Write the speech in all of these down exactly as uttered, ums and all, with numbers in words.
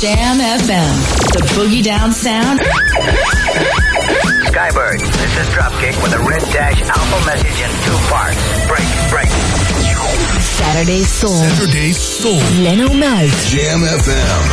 Jam F M, the boogie down sound. Skybird, this is Dropkick with a Red Dash alpha message in two parts. Break, break. Saturday Soul. Saturday Soul. Leno Melt. Jam F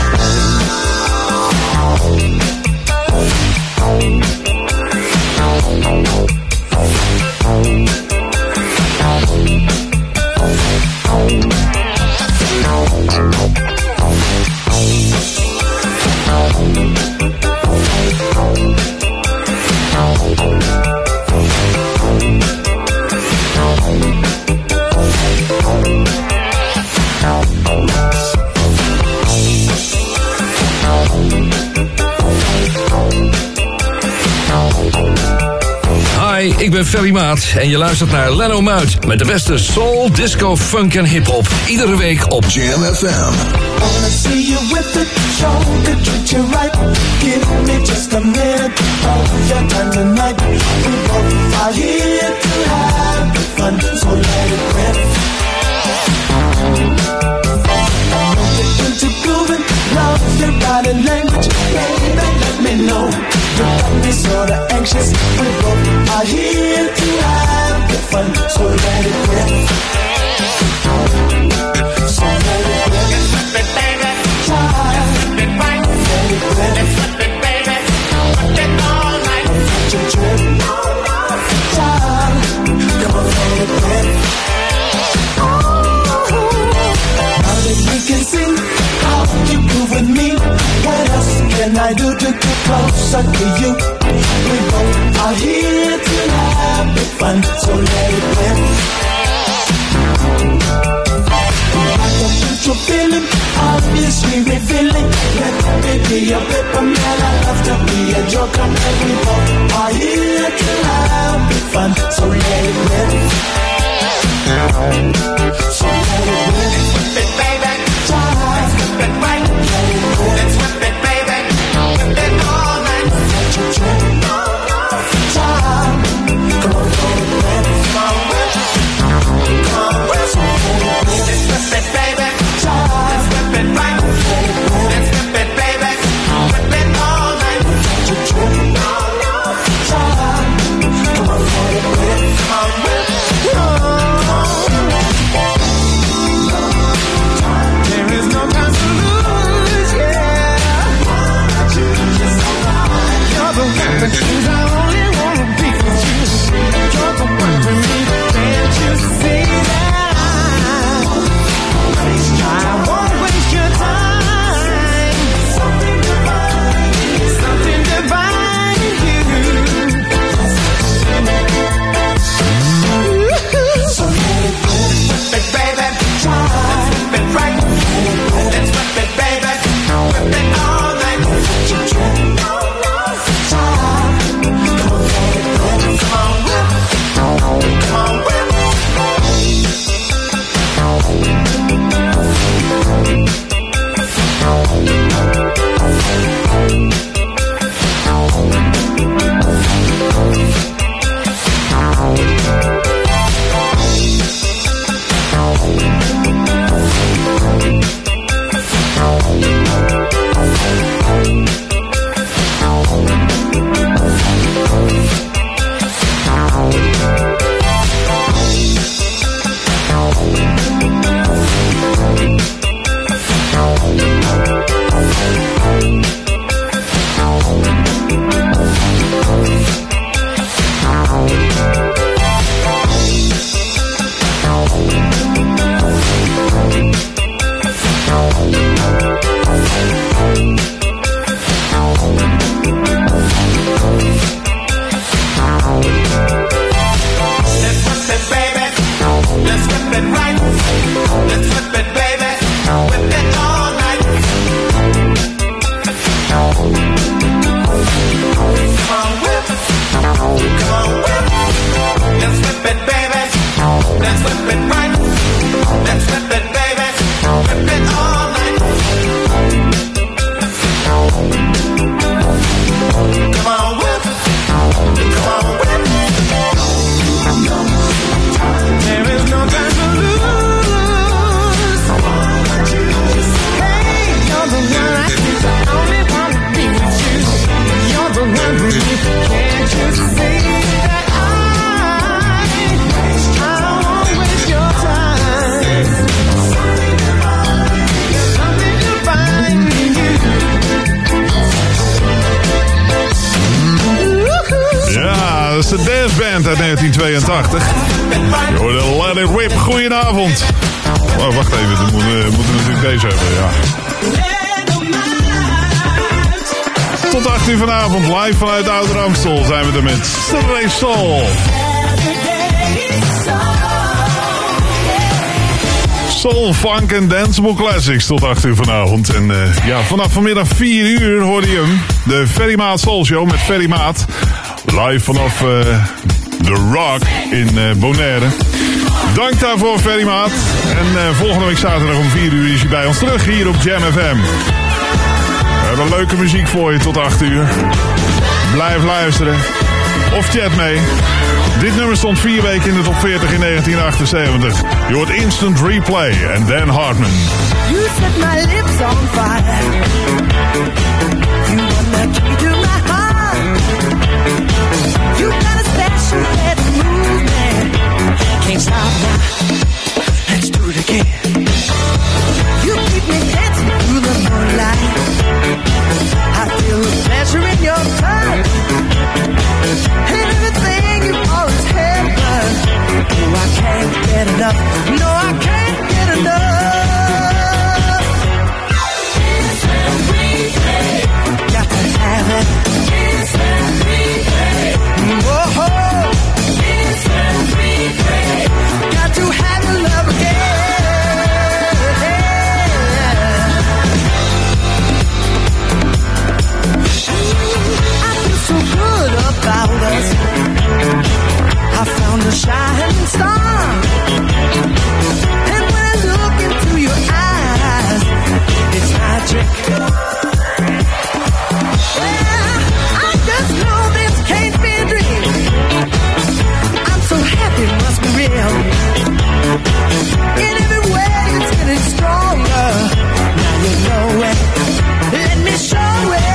Hi, ik ben Ferry Maat en je luistert naar Leno Muit met de beste soul, disco, funk en hip-hop. Iedere week op Jam F M. Wanna see you with it, show could treat you right. Give me just a minute of your time tonight. We both are here to have the fun, so let it rip. I know you're into grooving, love your body language. Baby, let me know. You got me sorta anxious. We both are here to have the fun, so let it rip. So let it rip. Let's flip it, baby. Flip it all night. Let you trip. Child, come on, let it rip. Now that we can sing, how you groove with me? What else can I do to get closer to you? We both are here to have the fun, so let it rip. What you're feeling, obviously revealing. Let me be your paper man, I love to be a joker. And we both are here to have the fun, so let it rip. So let it rip. Let's whip it, baby. Let's whip it right. Let it rip. Let's whip it, baby. Whip it all night. Let you trip. Child, come on, let it rip. Come on, whip. Come on, whip. So let it rip. Let's whip it, baby. Let's whip it right. Let's whip it, baby. Whip it all night. Let you trip. Child, come on, let it rip. Come on, whip. There is no time to lose, yeah. You're the one that choose. I only wanna be with you. You're the one for me. Can't you see that? I won't waste your time. Something divine, something divine in you. So let it whip it, baby. Let's whip it right. Let's whip it, baby. Whip it all night. Let you trip. Come on, let it whip. Come on, whip. Come on, whip. Nederlandse danceband uit negentien tweeëntachtig. Je hoorde Let It Whip. Goedenavond. Oh, wacht even, we moeten, we moeten natuurlijk deze hebben, ja. Tot acht uur vanavond, live vanuit Ouder Amstel zijn we er met Saturday Soul. Soul, funk en danceable classics tot acht uur vanavond. En uh, ja, vanaf vanmiddag vier uur hoorde je hem. De Ferry Maat Soul Show met Ferry Maat. Live vanaf uh, The Rock in uh, Bonaire. Dank daarvoor, Ferry Maat. En uh, volgende week zaterdag om vier uur is hij bij ons terug hier op Jam F M. We hebben leuke muziek voor je tot acht uur. Blijf luisteren. Of chat mee. Dit nummer stond vier weken in de top veertig in negentien achtenzeventig. Je hoort Instant Replay en Dan Hartman. You set my lips on fire. You want the key to my heart. You got a special way to move me. Can't stop now. Let's do it again. You keep me dancing through the moonlight. I feel the pleasure in your touch. And everything you always had done. Oh, I can't get enough. No, I can't get enough. Instant replay. Got to have it. Instant replay. Whoa. Instant replay. Got to have your love again. I feel so good about us. I found a shining star. And when I look into your eyes, it's magic. Well, I just know this can't be a dream. I'm so happy it must be real. In every way it's getting stronger. Now you know it. Let me show it.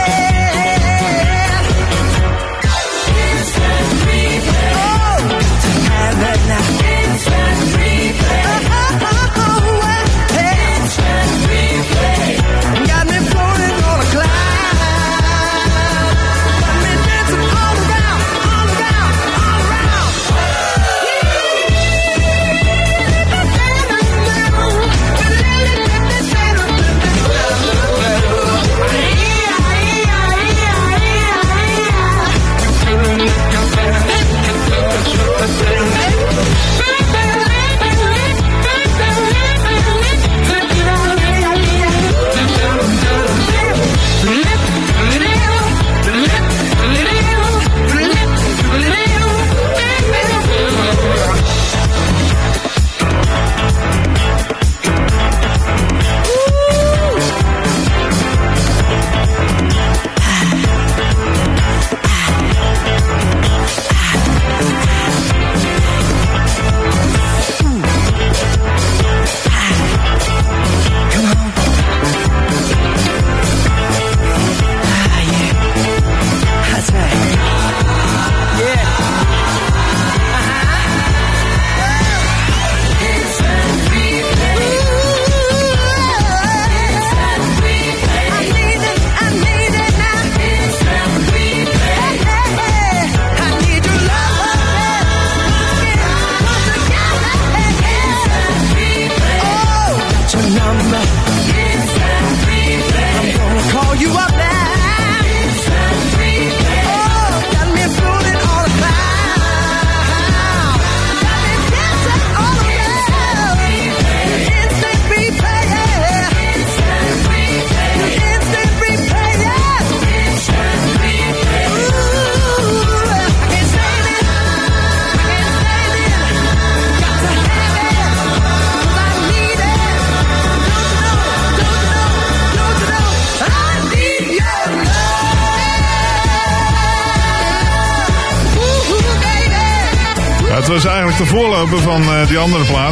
Het was eigenlijk de voorloper van uh, die andere plaat.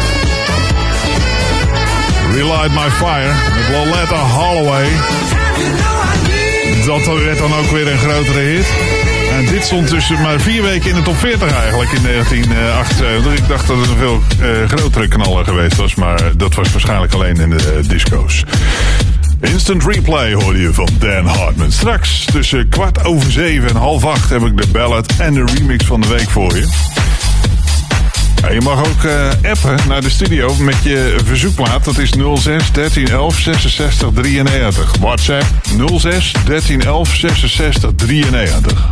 Relight My Fire met Loleatta Holloway. Dat werd dan ook weer een grotere hit. En dit stond dus maar vier weken in de top veertig eigenlijk in negentien achtenzeventig. Ik dacht dat het een veel uh, grotere knaller geweest was, maar dat was waarschijnlijk alleen in de uh, disco's. Instant Instant Replay hoorde je van Dan Hartman. Straks tussen kwart over zeven en half acht heb ik de ballad en de remix van de week voor je. Ja, je mag ook uh, appen naar de studio met je verzoekplaat. Dat is nul zes dertien elf zesenzestig drieënnegentig. WhatsApp nul zes dertien elf zesenzestig drieënnegentig.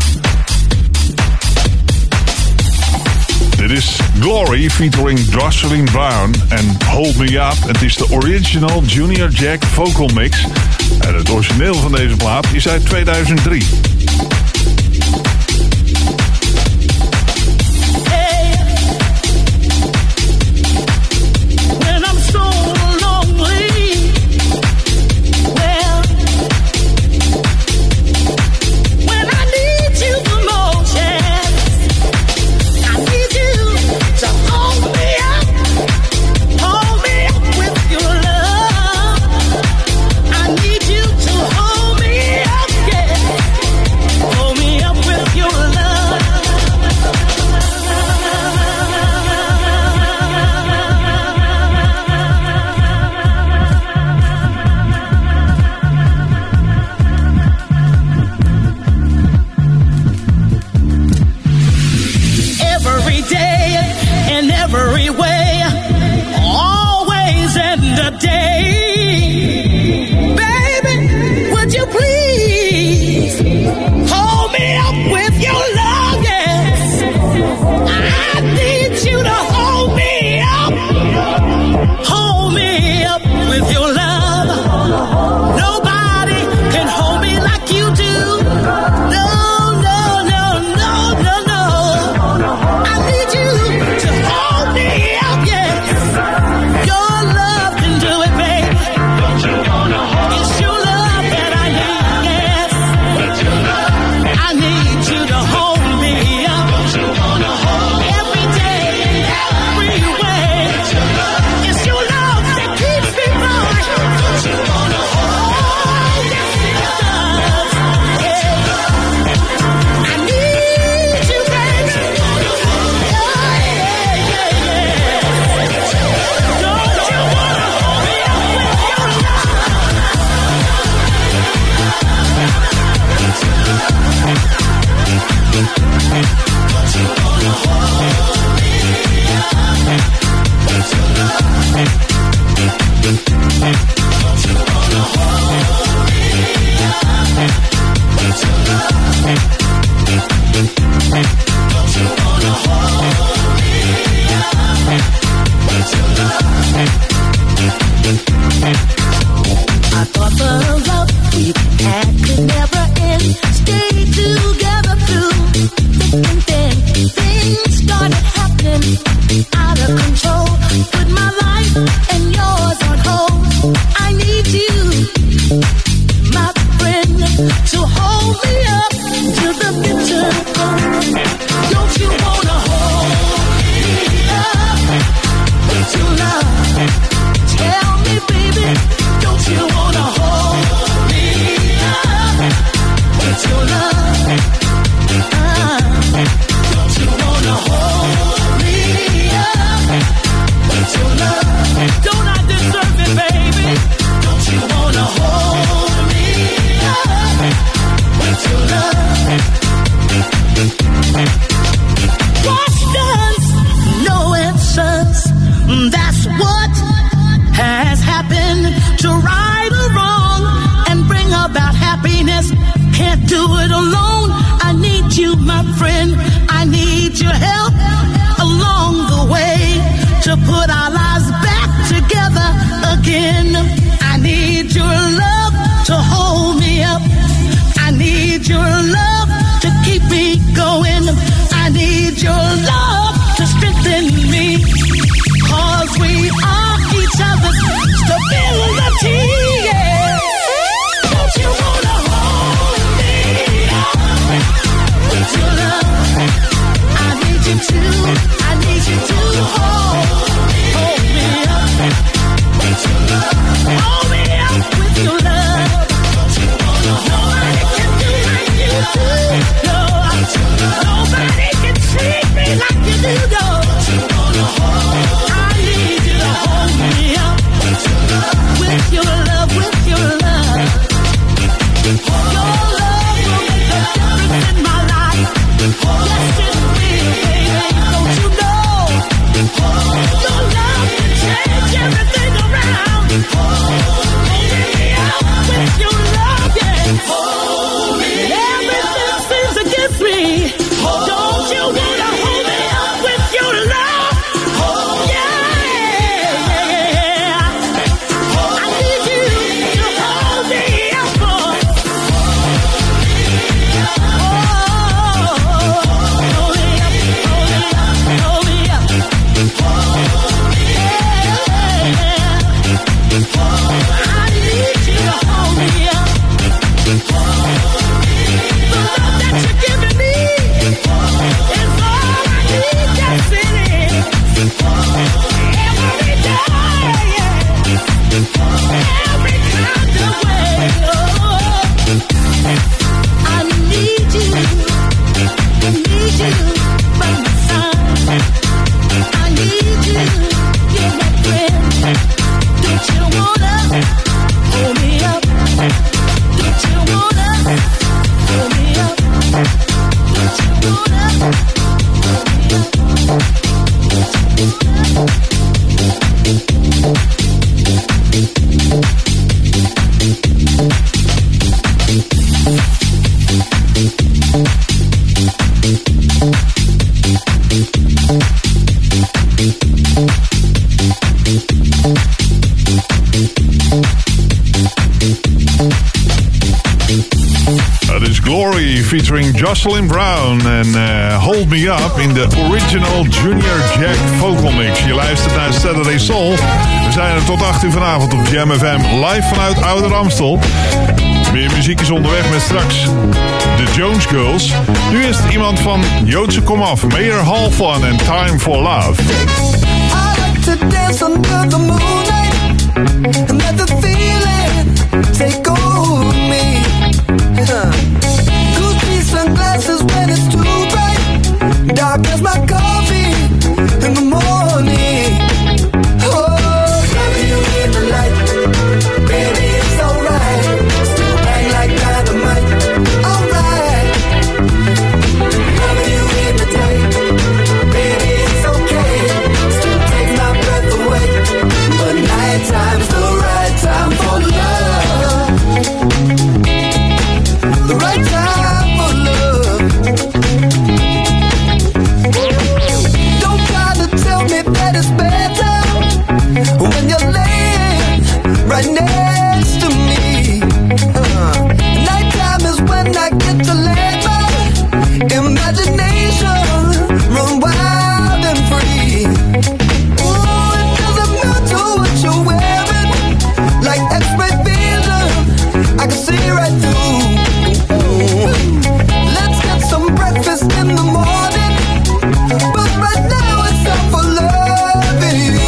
Dit is Glory featuring Jocelyn Brown en Hold Me Up. Het is de original Junior Jack vocal mix. En het origineel van deze plaat is uit tweeduizend drie. I need you to hold, hold me up with your love. Featuring Jocelyn Brown en uh, Hold Me Up in de original Junior Jack vocal mix. Je luistert naar Saturday Soul. We zijn er tot acht uur vanavond op Jam F M, live vanuit Ouder Amstel. Meer muziek is onderweg met straks de Jones Girls. Nu is het iemand van Joodse komaf, Mayor Halfon en Time for Love. I like to dance under the moonlight and let the feeling take over me. Huh. Sunglasses when it's too bright, dark as my coffee in the morning. Oh, loving you in the light, baby, it's alright. Still bang like dynamite, alright. Loving you in the day, baby, it's okay. Still take my breath away, but nighttime's the right time for love. The right time. When you're laying right next to me, uh, nighttime is when I get to let my imagination run wild and free. Ooh, it doesn't matter what you're wearing, like X-ray vision, I can see right through. Ooh, let's get some breakfast in the morning, but right now it's time for loving you.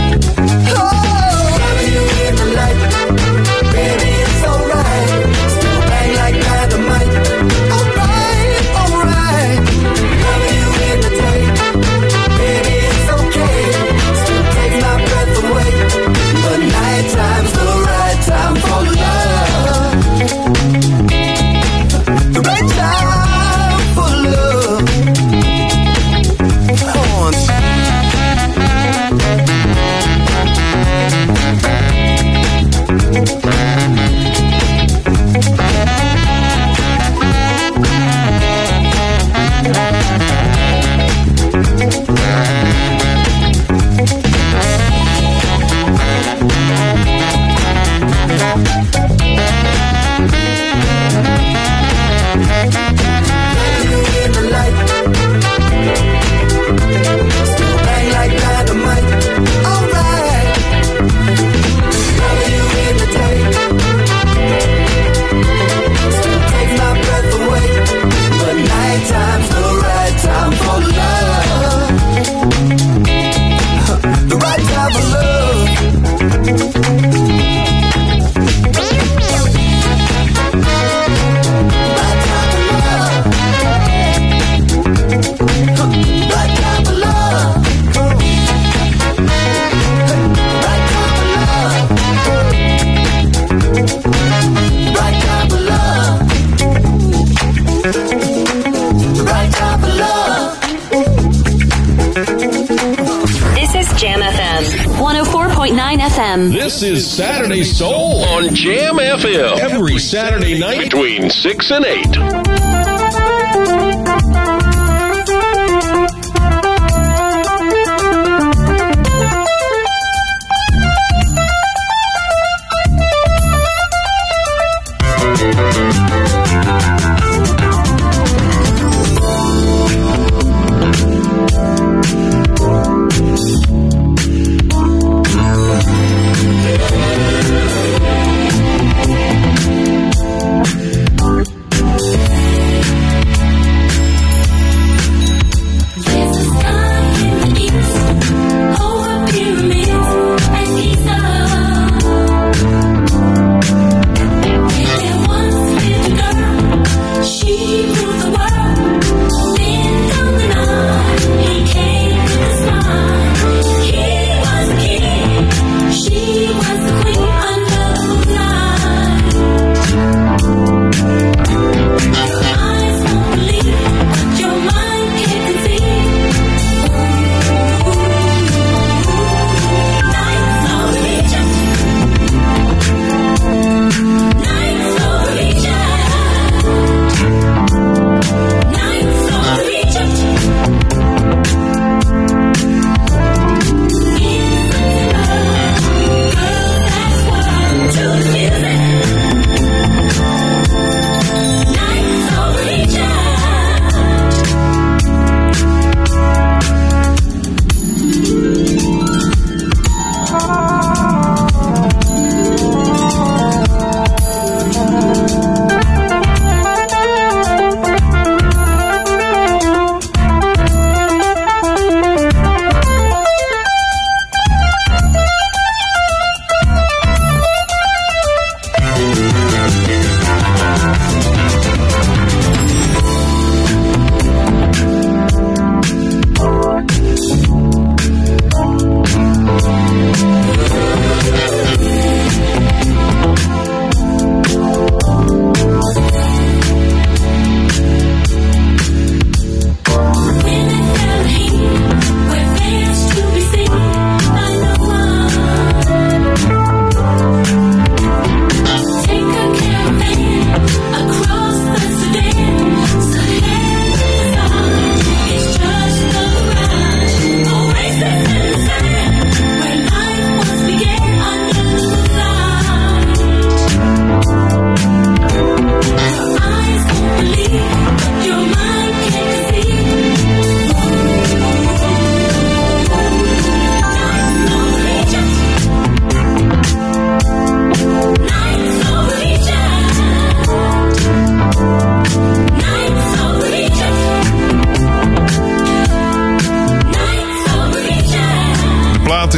This is Saturday Soul on Jam F M. Every Saturday night between six and eight.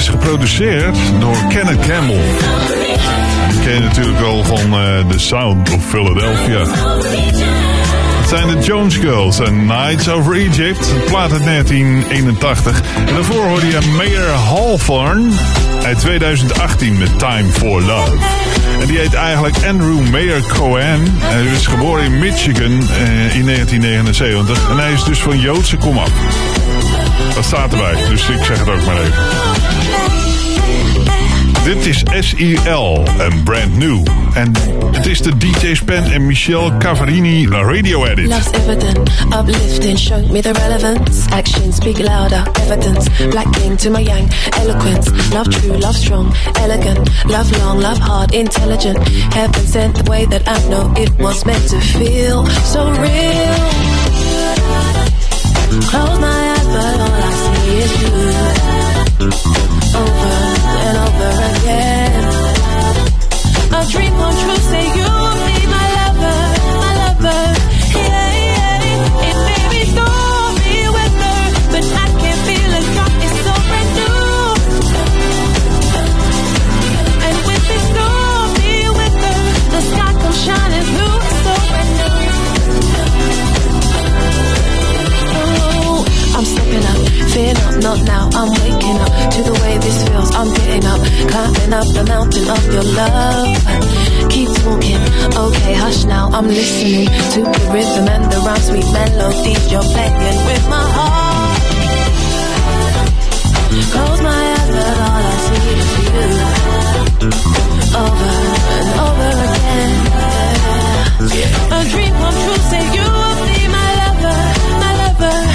geproduceerd door Kenneth Campbell. Die ken je natuurlijk wel van uh, The Sound of Philadelphia. Het zijn de Jones Girls en Nights Over Egypt. Een plaat uit negentien eenentachtig. En daarvoor hoorde je Mayer Hawthorne uit tweeduizend achttien met Time for Love. En die heet eigenlijk Andrew Mayer Cohen. Hij is geboren in Michigan uh, in negentien negenenzeventig. En hij is dus van Joodse komaf. Dat staat erbij, dus ik zeg het ook maar even. Dit is S I L en Brand New. En het is de D J Spen en Michelle Cavarini Radio Edit. Love's evident, uplifting, show me the relevance. Actions speak louder, evidence. Black king to my yang, eloquence. Love true, love strong, elegant. Love long, love hard, intelligent. Heaven sent the way that I know it was meant to feel so real. Close my eyes, but all I see is you. Over and over again. A dream come true, say you will be my lover, my lover. Yeah, yeah. It may be stormy weather, but I can feel it drop. It's so brand new. And with this stormy weather, the sky comes shining through. It's so brand new. I'm stepping up, fear not, not now. I'm waking up to the way this feels. I'm getting up, climbing up the mountain of your love. Keep talking, okay, hush now. I'm listening to the rhythm and the rhyme, sweet melodies. You're playing with my heart. Close my eyes, but all I see is you. Over and over again. A dream come true, say you will be my lover, my lover.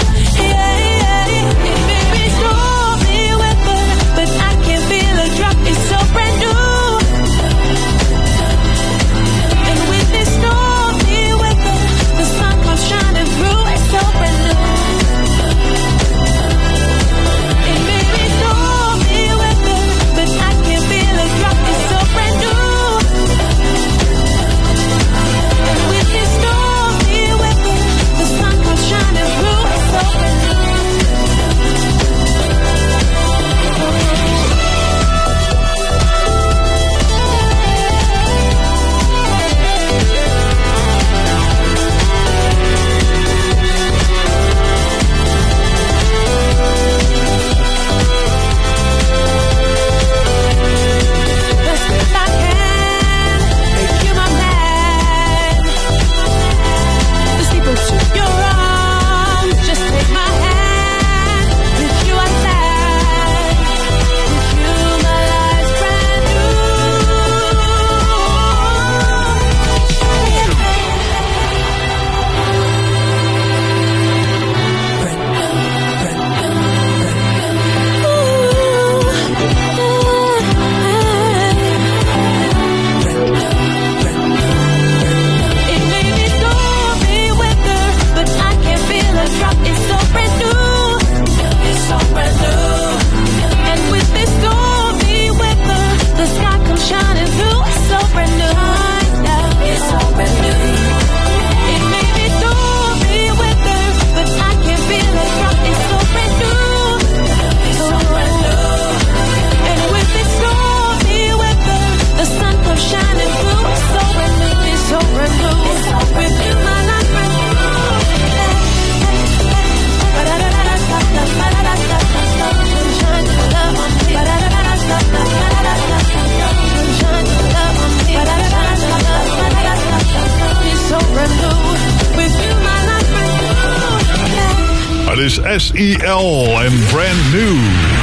It's so brand new. And with this stormy weather, the sun comes shining through. It's so brand new. It may be stormy weather, but I can feel it drop. It's so brand new. And with this stormy weather, the sun comes shining through. It's so brand new. S I L en Brand New.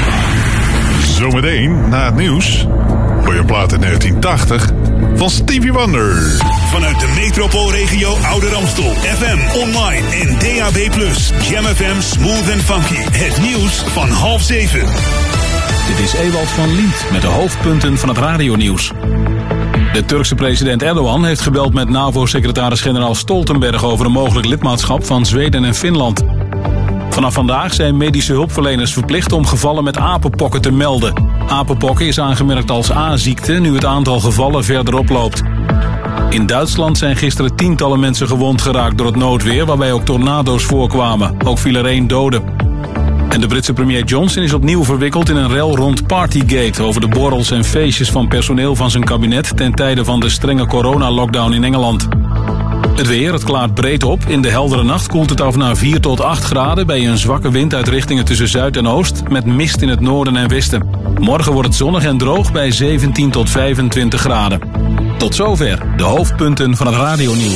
Zometeen, na het nieuws, hoor je een plaat uit negentien tachtig van Stevie Wonder. Vanuit de metropoolregio Ouder Amstel, F M, online en D A B plus. Jam F M, smooth and funky. Het nieuws van half zeven. Dit is Ewald van Liet met de hoofdpunten van het radionieuws. De Turkse president Erdogan heeft gebeld met NAVO-secretaris-generaal Stoltenberg over een mogelijk lidmaatschap van Zweden en Finland. Vanaf vandaag zijn medische hulpverleners verplicht om gevallen met apenpokken te melden. Apenpokken is aangemerkt als A-ziekte nu het aantal gevallen verder oploopt. In Duitsland zijn gisteren tientallen mensen gewond geraakt door het noodweer, waarbij ook tornado's voorkwamen. Ook viel er één dode. En de Britse premier Johnson is opnieuw verwikkeld in een rel rond Partygate over de borrels en feestjes van personeel van zijn kabinet ten tijde van de strenge coronalockdown in Engeland. Het weer, het klaart breed op. In de heldere nacht koelt het af naar vier tot acht graden... bij een zwakke wind uit richtingen tussen zuid en oost... met mist in het noorden en westen. Morgen wordt het zonnig en droog bij zeventien tot vijfentwintig graden. Tot zover de hoofdpunten van het radionieuws.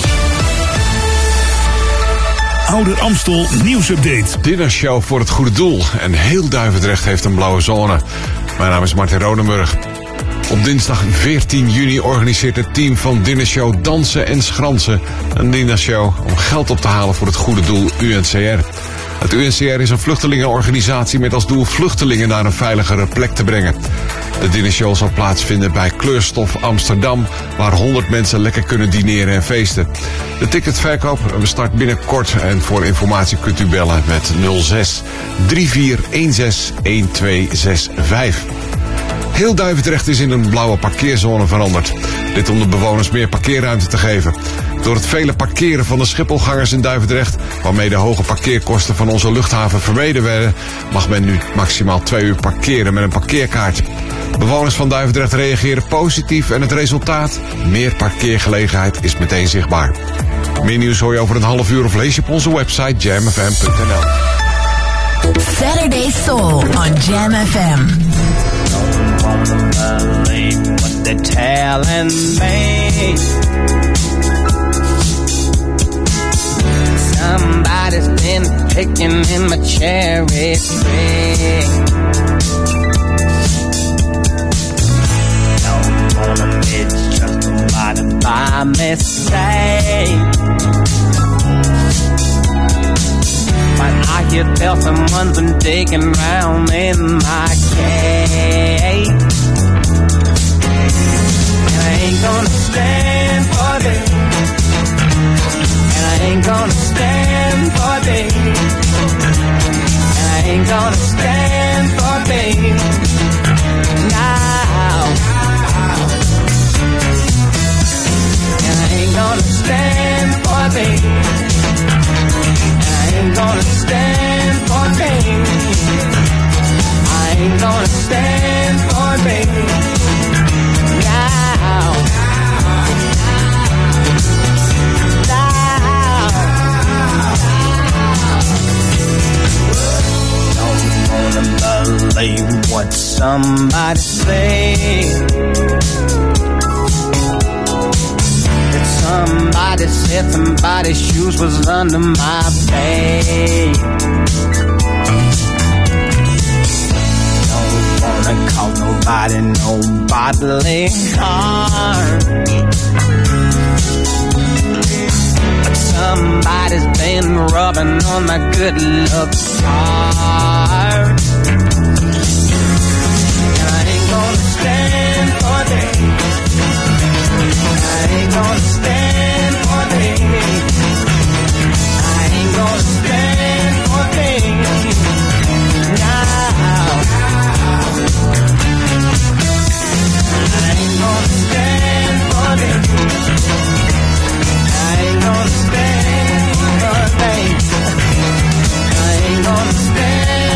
Ouder Amstel nieuwsupdate. Dinnershow voor het goede doel. En heel Duivendrecht heeft een blauwe zone. Mijn naam is Martin Rodenburg. Op dinsdag veertien juni organiseert het team van Dinnershow Dansen en Schransen een dinnershow om geld op te halen voor het goede doel U N C R. Het U N C R is een vluchtelingenorganisatie met als doel vluchtelingen naar een veiligere plek te brengen. De dinnershow zal plaatsvinden bij Kleurstof Amsterdam, waar honderd mensen lekker kunnen dineren en feesten. De ticketverkoop start binnenkort en voor informatie kunt u bellen met nul zes drie vier een zes een twee zes vijf. Heel Duivendrecht is in een blauwe parkeerzone veranderd. Dit om de bewoners meer parkeerruimte te geven. Door het vele parkeren van de Schipholgangers in Duivendrecht, waarmee de hoge parkeerkosten van onze luchthaven vermeden werden, mag men nu maximaal twee uur parkeren met een parkeerkaart. Bewoners van Duivendrecht reageren positief en het resultaat? Meer parkeergelegenheid is meteen zichtbaar. Meer nieuws hoor je over een half uur of lees je op onze website jam f m punt n l. Saturday Soul on Jam F M. Don't wanna believe what they're telling me. Somebody's been picking in my cherry tree. Don't wanna bitch just somebody by mistake. But I hear tell someone's been digging round in my cave. And I ain't gonna stand for this. And I ain't gonna stand for this. And I ain't gonna stand for this. Now. And I ain't gonna stand for this. I ain't gonna stand for pain. I ain't gonna stand for pain. Now, now, don't wanna believe what somebody said. Somebody said somebody's shoes was under my bed. Don't wanna cause nobody no bodily harm. But somebody's been rubbing on my good luck charm. And I ain't gonna stand for that. I ain't gonna stand for things. I ain't gonna stand for things. Now. I ain't gonna stand for things. I ain't gonna stand for things. I ain't gonna stand.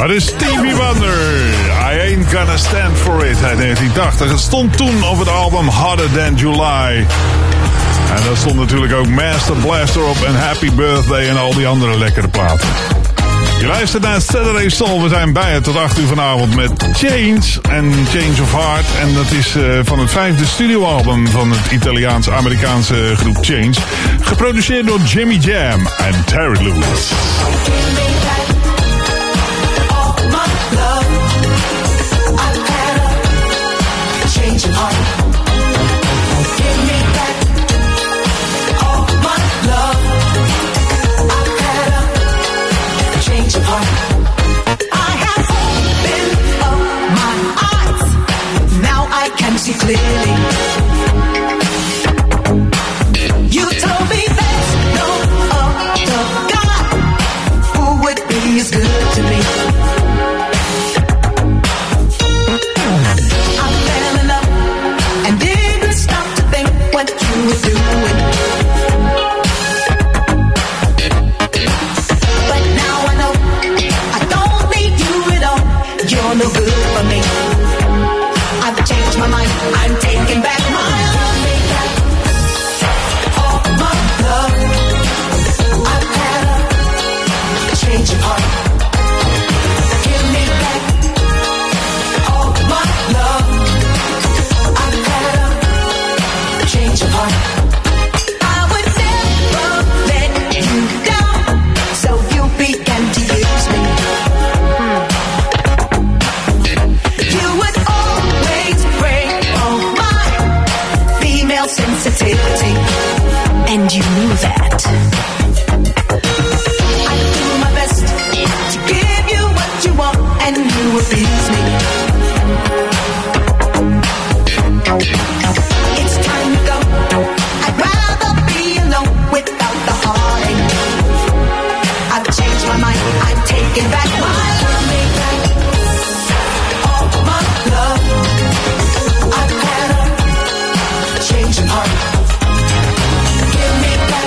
Dat is Stevie Wonder. I Ain't Gonna Stand For It uit negentien tachtig. Het stond toen op het album Hotter Than July. En daar stond natuurlijk ook Master Blaster op en Happy Birthday en al die andere lekkere platen. Je luistert naar Saturday Soul. We zijn bij je tot acht uur vanavond met Change en Change of Heart. En dat is uh, van het vijfde studioalbum van het Italiaans-Amerikaanse groep Change. Geproduceerd door Jimmy Jam en Terry Lewis. See clearly. You told me there's no other God who would be as good to me. I fell in love and didn't stop to think what you were doing. But now I know I don't need you at all. You're no good for me. I've changed my mind. I'm taking back my love. Take back all my love. I've had a change of heart. Give me back all my love. I've had a change of heart. I would never let you down, so you began to use me. You would always break all my female sensitivity, and you knew that. I do my best to give you what you want, and you abuse me. It's time to go. I'd rather be alone without the heartache. I've changed my mind. I'm taking back my love. Take back all my love. I've had a change of heart. Give me back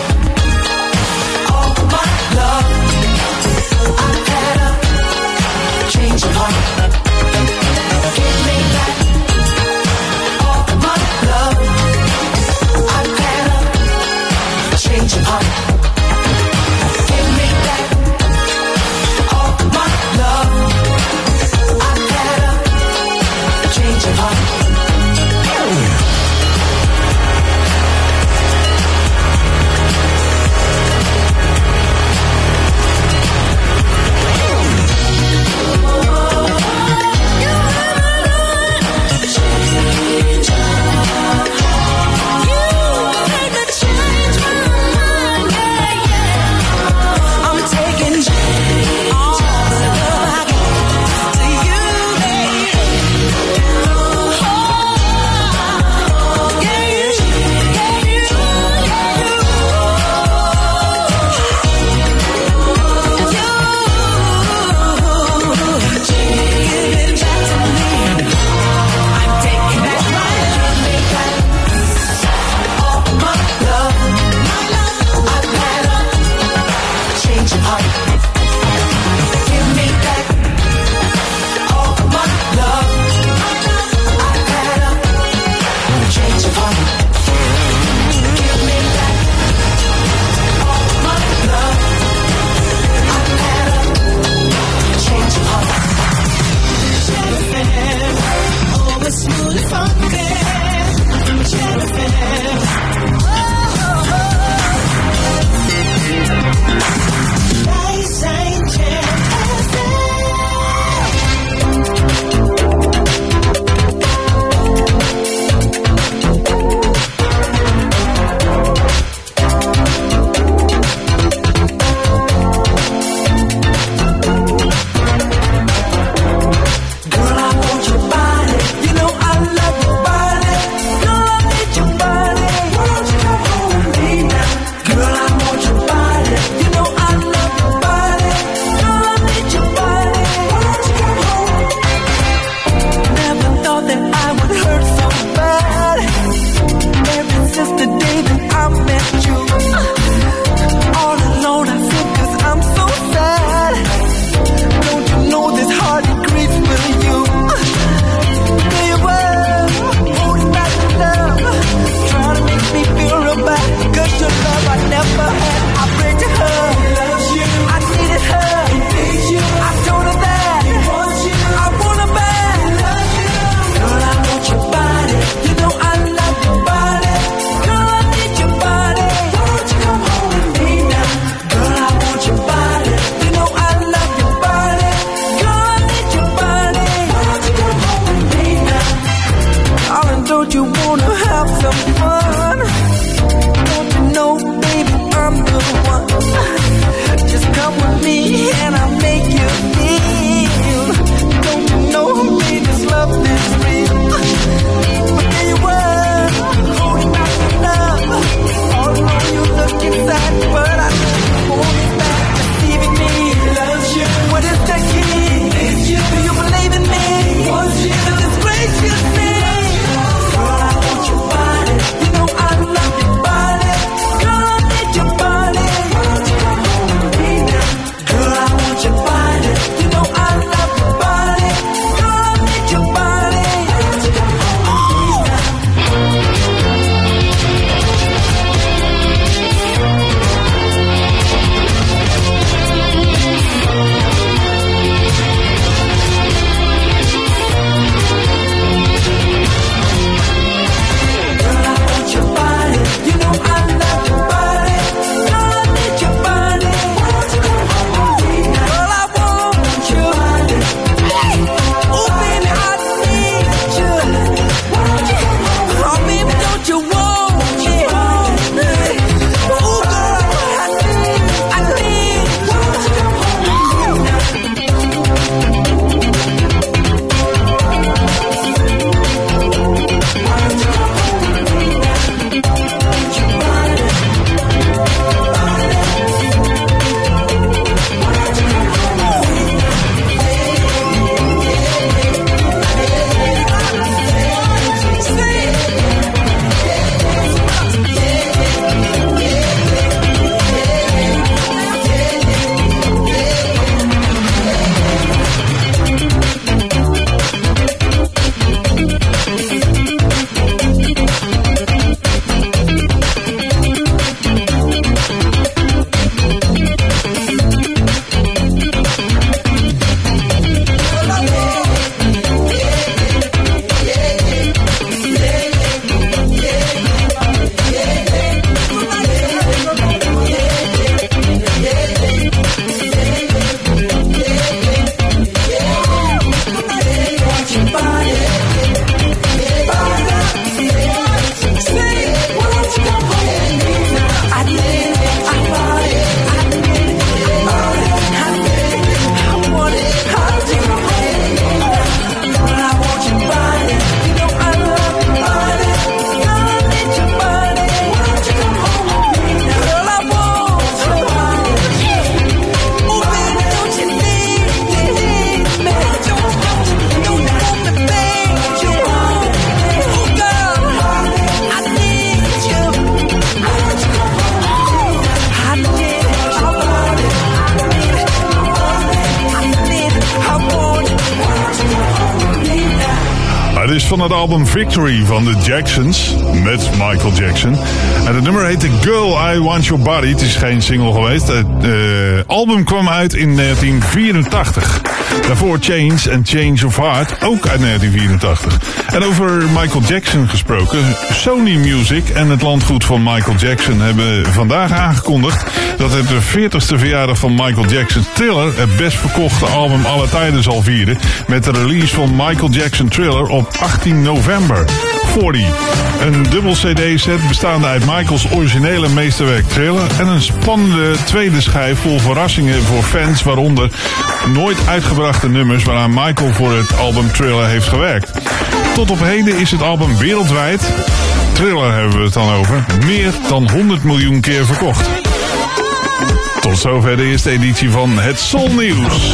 Het is van het album Victory van de Jacksons, met Michael Jackson. En het nummer heet The Girl I Want Your Body. Het is geen single geweest. Het uh, album kwam uit in negentien vierentachtig. Daarvoor Change and Change of Heart, ook uit negentien vierentachtig. En over Michael Jackson gesproken, Sony Music en het landgoed van Michael Jackson hebben vandaag aangekondigd dat het de veertigste verjaardag van Michael Jackson's Thriller het best verkochte album aller tijden zal vieren met de release van Michael Jackson Thriller op achttien november. veertig. Een dubbel cd-set bestaande uit Michaels originele meesterwerk Thriller en een spannende tweede schijf vol verrassingen voor fans, waaronder nooit uitgebrachte nummers waaraan Michael voor het album Thriller heeft gewerkt. Tot op heden is het album wereldwijd, Thriller hebben we het dan over, meer dan honderd miljoen keer verkocht. Tot zover de eerste editie van het Soul Nieuws.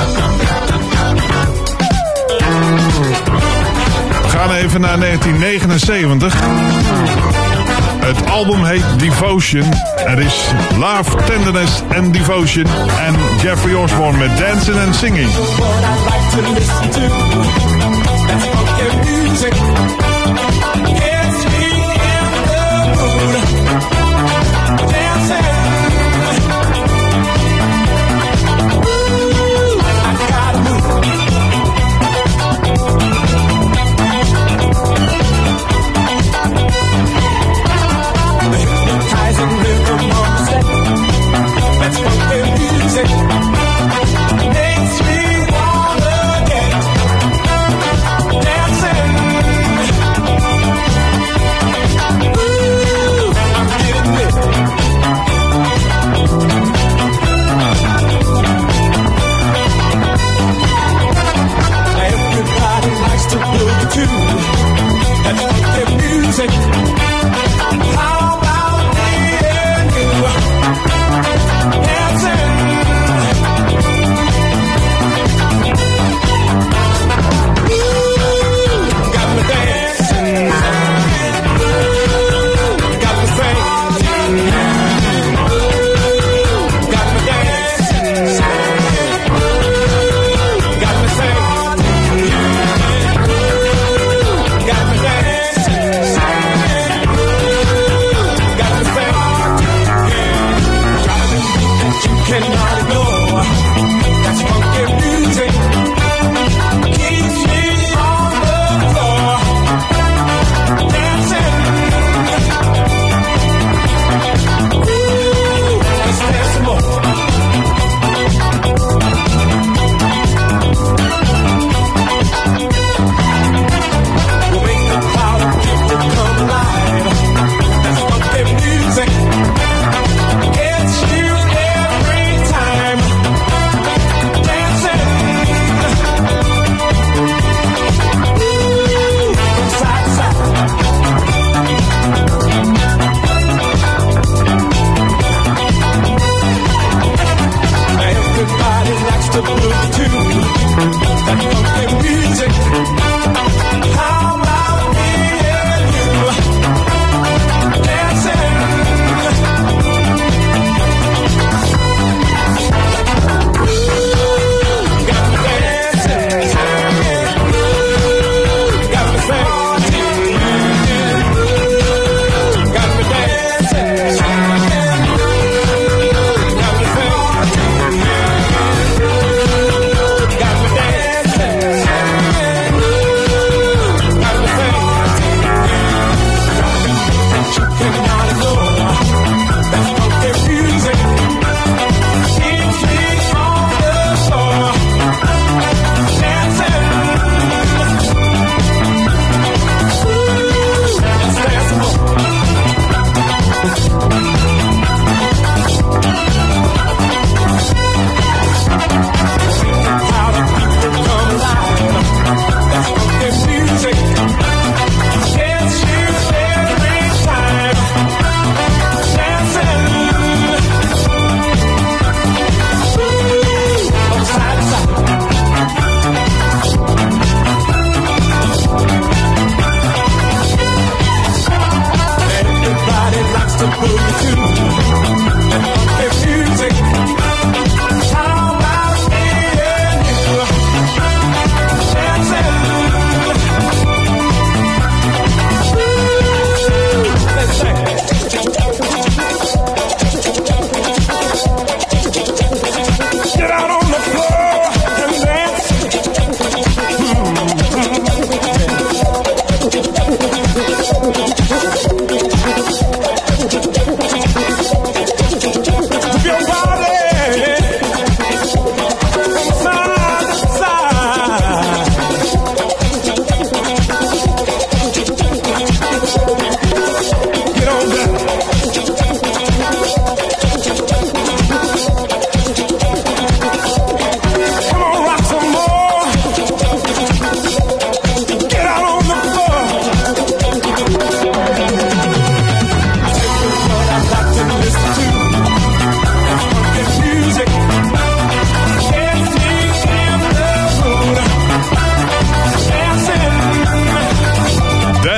We gaan even naar negentien negenenzeventig. Het album heet Devotion. Er is Love, Tenderness and Devotion. En Jeffrey Osborne met Dancing and Singing. Makes me wanna dance.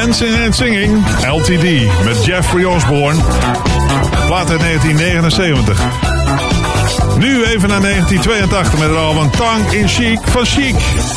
Dancing and Singing, L T D, met Jeffrey Osborne. Plaat uit negentien negenenzeventig. Nu even naar negentien tweeëntachtig met het album Tongue in Cheek van Chic.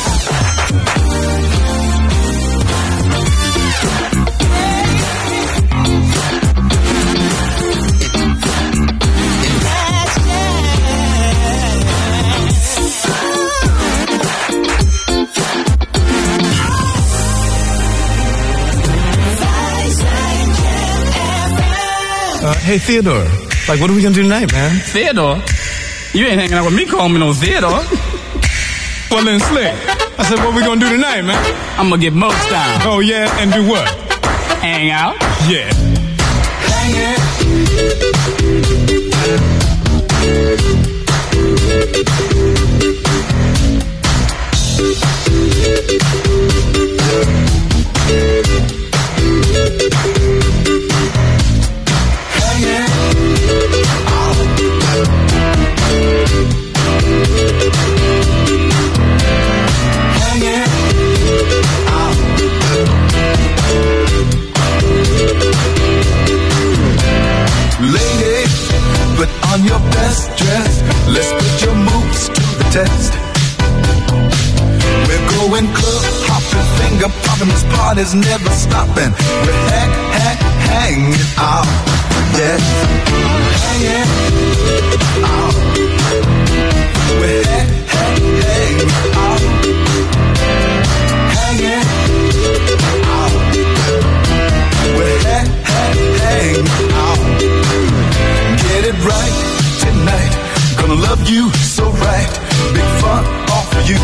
Uh, hey, Theodore. Like, what are we gonna do tonight, man? Theodore? You ain't hanging out with me calling me no Theodore. Well, then, Slick. I said, what we gonna do tonight, man? I'm gonna get most down. Oh, yeah? And do what? Hang out? Yeah. Hang it. On your best dress, let's put your moves to the test. We're going club hopping, finger popping, this party's never stopping. We're hang, hang, hanging out, yes, hanging out. We're hang, hang, hanging out, hanging out. We're hang, hang, hanging out. Get it right tonight, gonna love you so right. Big fun off you.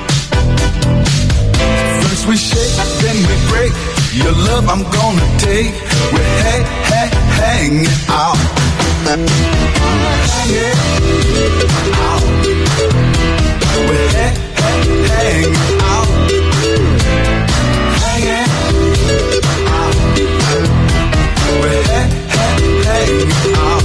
First we shake, then we break. Your love I'm gonna take. We're hang, hang, hanging out. Hanging out. We're hang, hang, hanging out. Hanging out. We're hang, hang, hanging out.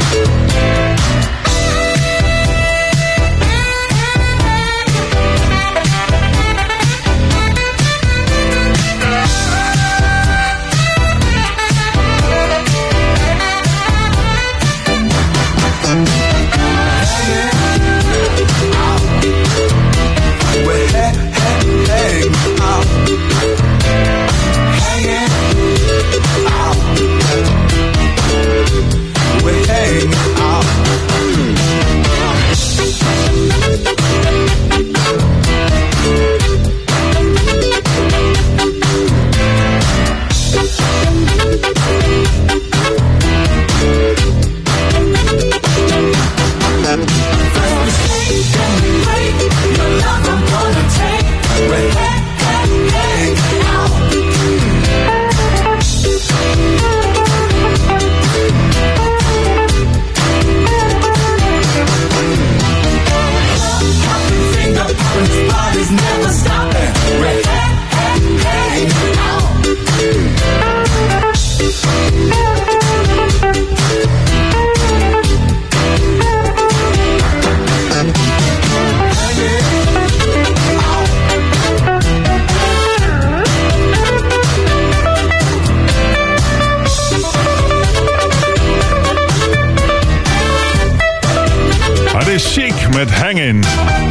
Met Hangin'.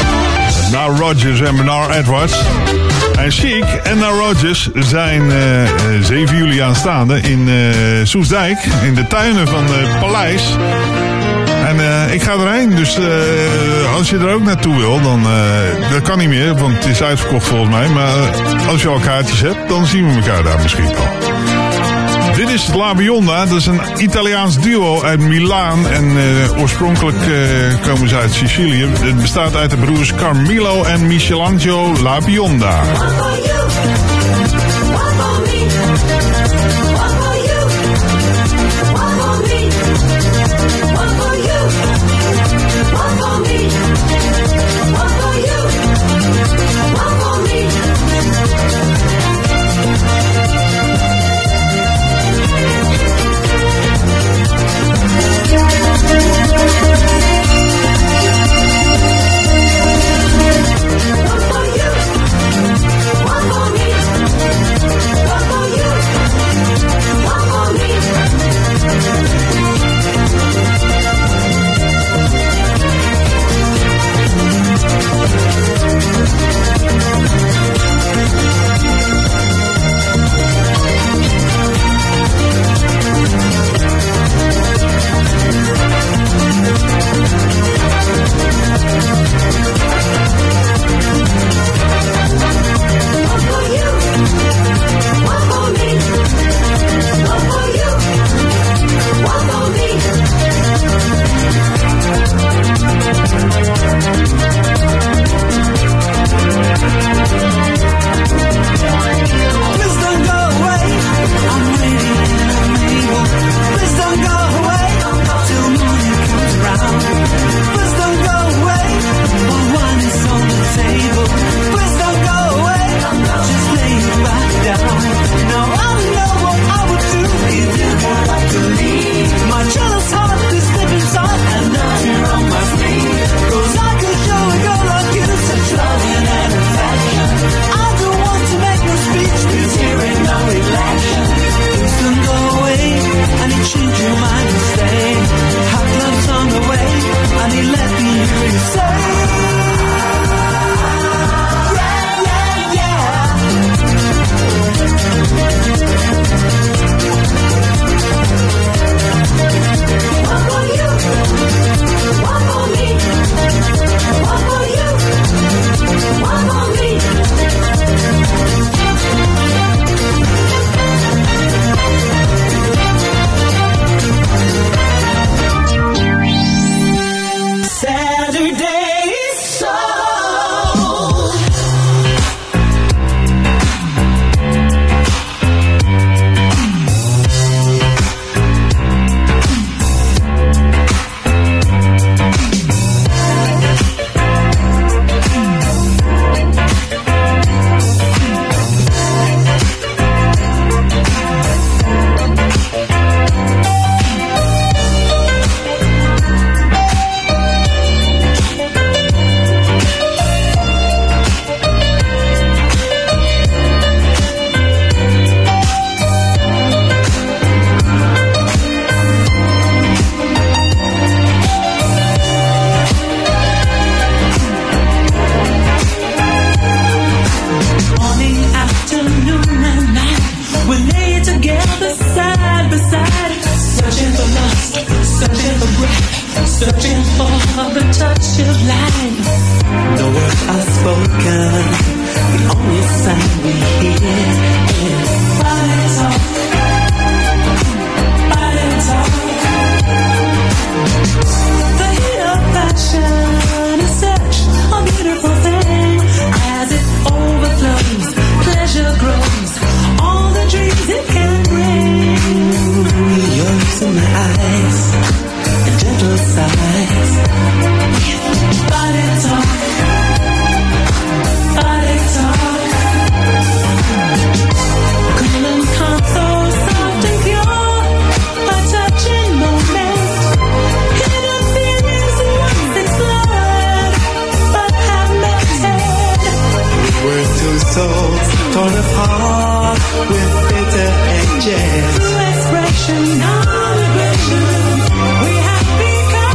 Nile Rodgers en Bernard Edwards. En Chic en Nile Rodgers zijn uh, zeven juli aanstaande in uh, Soestdijk. In de tuinen van het Paleis. En uh, ik ga erheen. Dus uh, als je er ook naartoe wil, dan uh, dat kan niet meer. Want het is uitverkocht volgens mij. Maar uh, als je al kaartjes hebt, dan zien we elkaar daar misschien wel. Dit is La Bionda, dat is een Italiaans duo uit Milaan en uh, oorspronkelijk uh, komen ze uit Sicilië. Het bestaat uit de broers Carmelo en Michelangelo La Bionda. One torn apart with bitter edges. True expression, non-aggression. We have become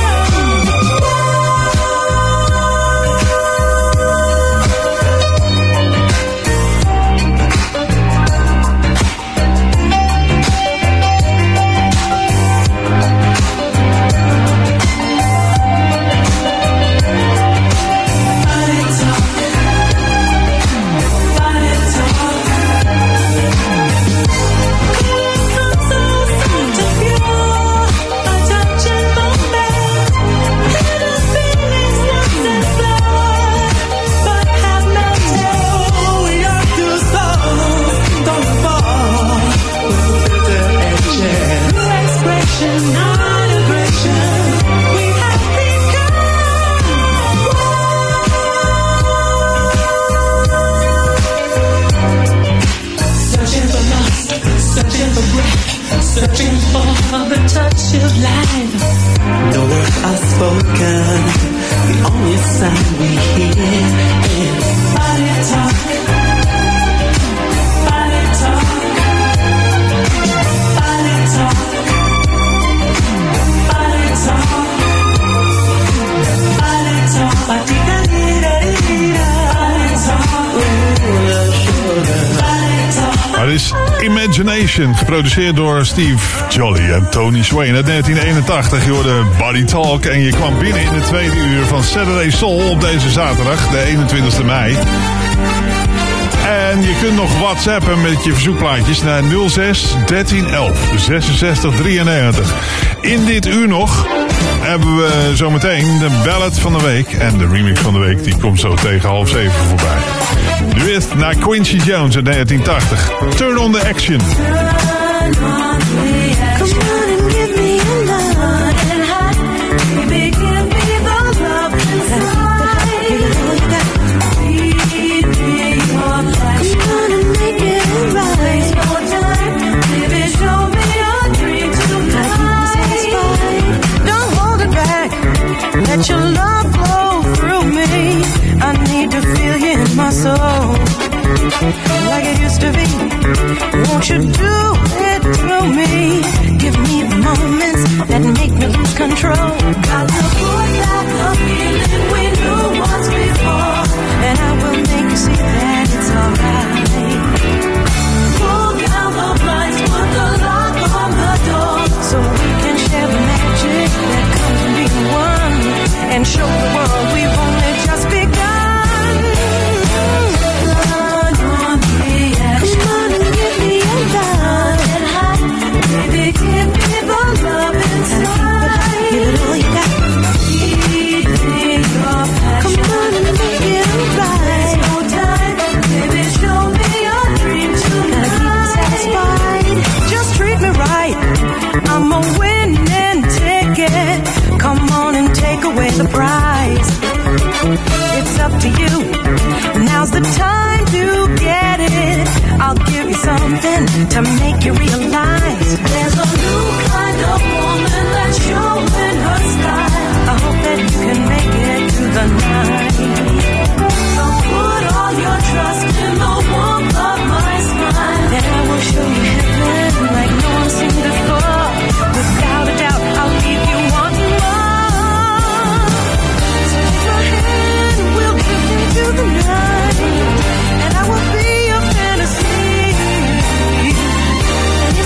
searching for the touch of life. No words are spoken, the only sound we hear is body talk, body talk, body talk, body talk, body talk, body talk. Het is Imagination, geproduceerd door Steve Jolly en Tony Swain uit negentien eenentachtig. Je hoorde Body Talk en je kwam binnen in het tweede uur van Saturday Soul op deze zaterdag, de eenentwintigste mei. En je kunt nog whatsappen met je verzoekplaatjes naar nul zes dertien elf zesenzestig drieënnegentig. In dit uur nog hebben we zometeen de ballad van de week. En de remix van de week die komt zo tegen half zeven voorbij. Nu eerst naar Quincy Jones uit negentien tachtig. Turn on the action. Let your love flow through me. I need to feel you in my soul, like it used to be. Won't you do it through me? Give me the moments that make me lose control. Got to put back the feeling we knew once before, and I will make you see that it's alright. Pull down the blinds, put the lock on the door, so we can share the magic that comes from being one, and show the world we've only just begun. Run on the action. Come on and give me a love and high. Baby, give me the love inside. Give it all you got. Feed me your passion. Come on and make it right. There's no time. Baby, show me your dream tonight. Gotta keep me satisfied. Just treat me right. I'm a winning ticket. Come on and take away the prize. It's up to you. Now's the time to get it. I'll give you something to make you realize there's a new kind of woman that's showing her style. I hope that you can make it to the night. So put all your trust in the warmth of my smile, and I will show you heaven like no one's seen before. Without a doubt, I'll leave you wanting more. Take my hand, we'll drift into the night, and I will be your fantasy. And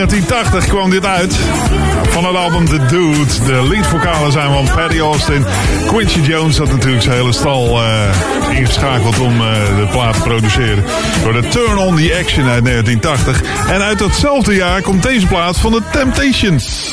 negentien tachtig kwam dit uit. Van het album The Dude. De leadvocalen zijn van Paddy Austin. Quincy Jones had natuurlijk zijn hele stal uh, ingeschakeld om uh, de plaat te produceren. Door de Turn on the Action uit negentien tachtig. En uit datzelfde jaar komt deze plaat van de Temptations.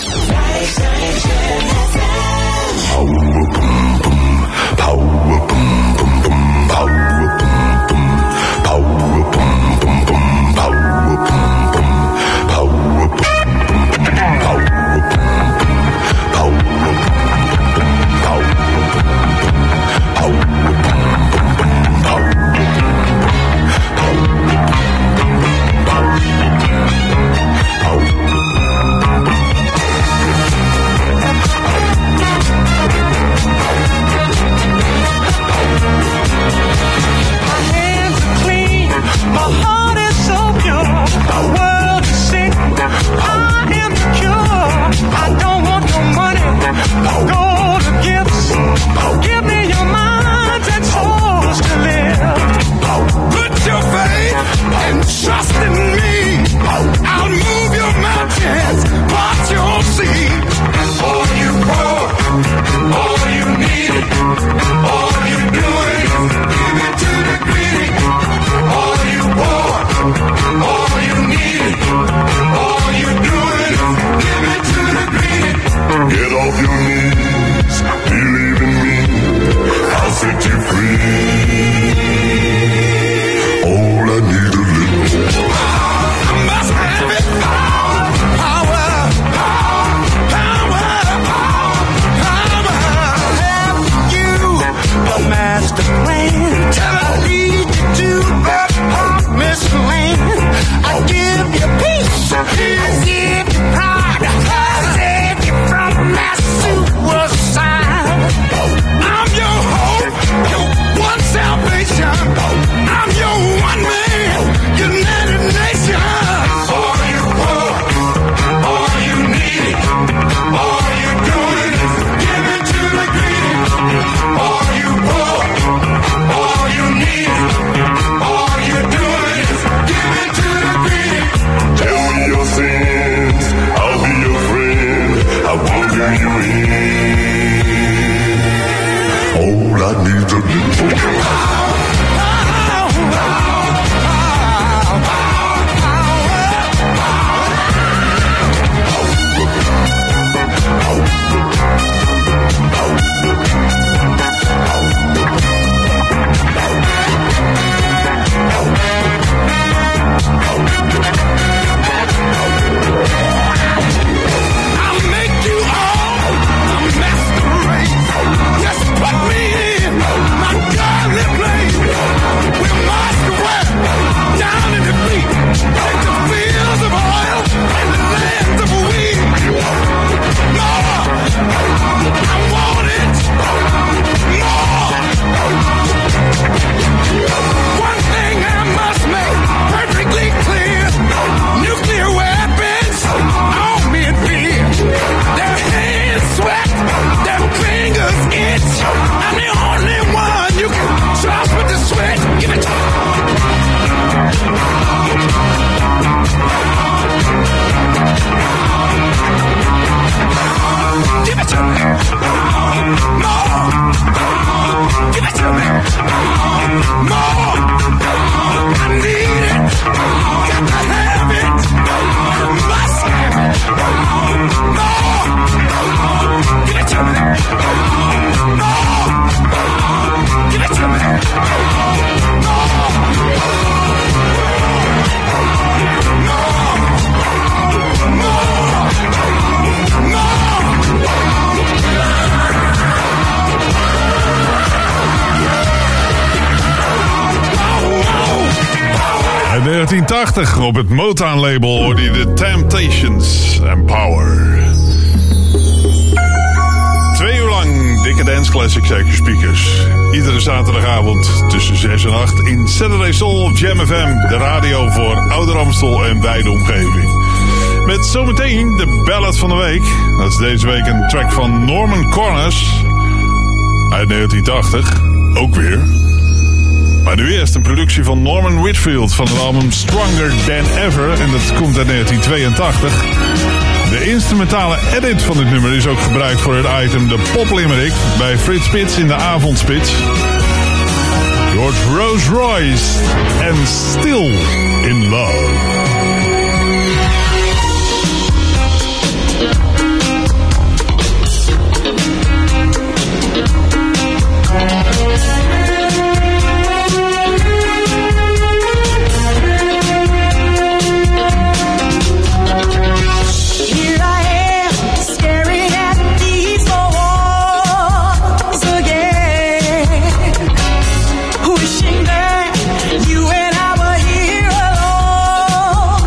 negentien tachtig op het Motown-label hoorde je de Temptations en Power. Twee uur lang dikke dance classics uit je speakers. Iedere zaterdagavond tussen zes en acht in Saturday Soul of Jam F M. De radio voor Ouder Amstel en wijde omgeving. Met zometeen de ballad van de week. Dat is deze week een track van Norman Corners uit negentien tachtig. Ook weer. Maar nu eerst een productie van Norman Whitfield van het album Stronger Than Ever. En dat komt uit negentien tweeëntachtig. De instrumentale edit van dit nummer is ook gebruikt voor het item De Pop Limerick bij Frits Spits in de Avondspits. Je hoort Rose Royce en Still in Love. Wishing that you and I were here alone.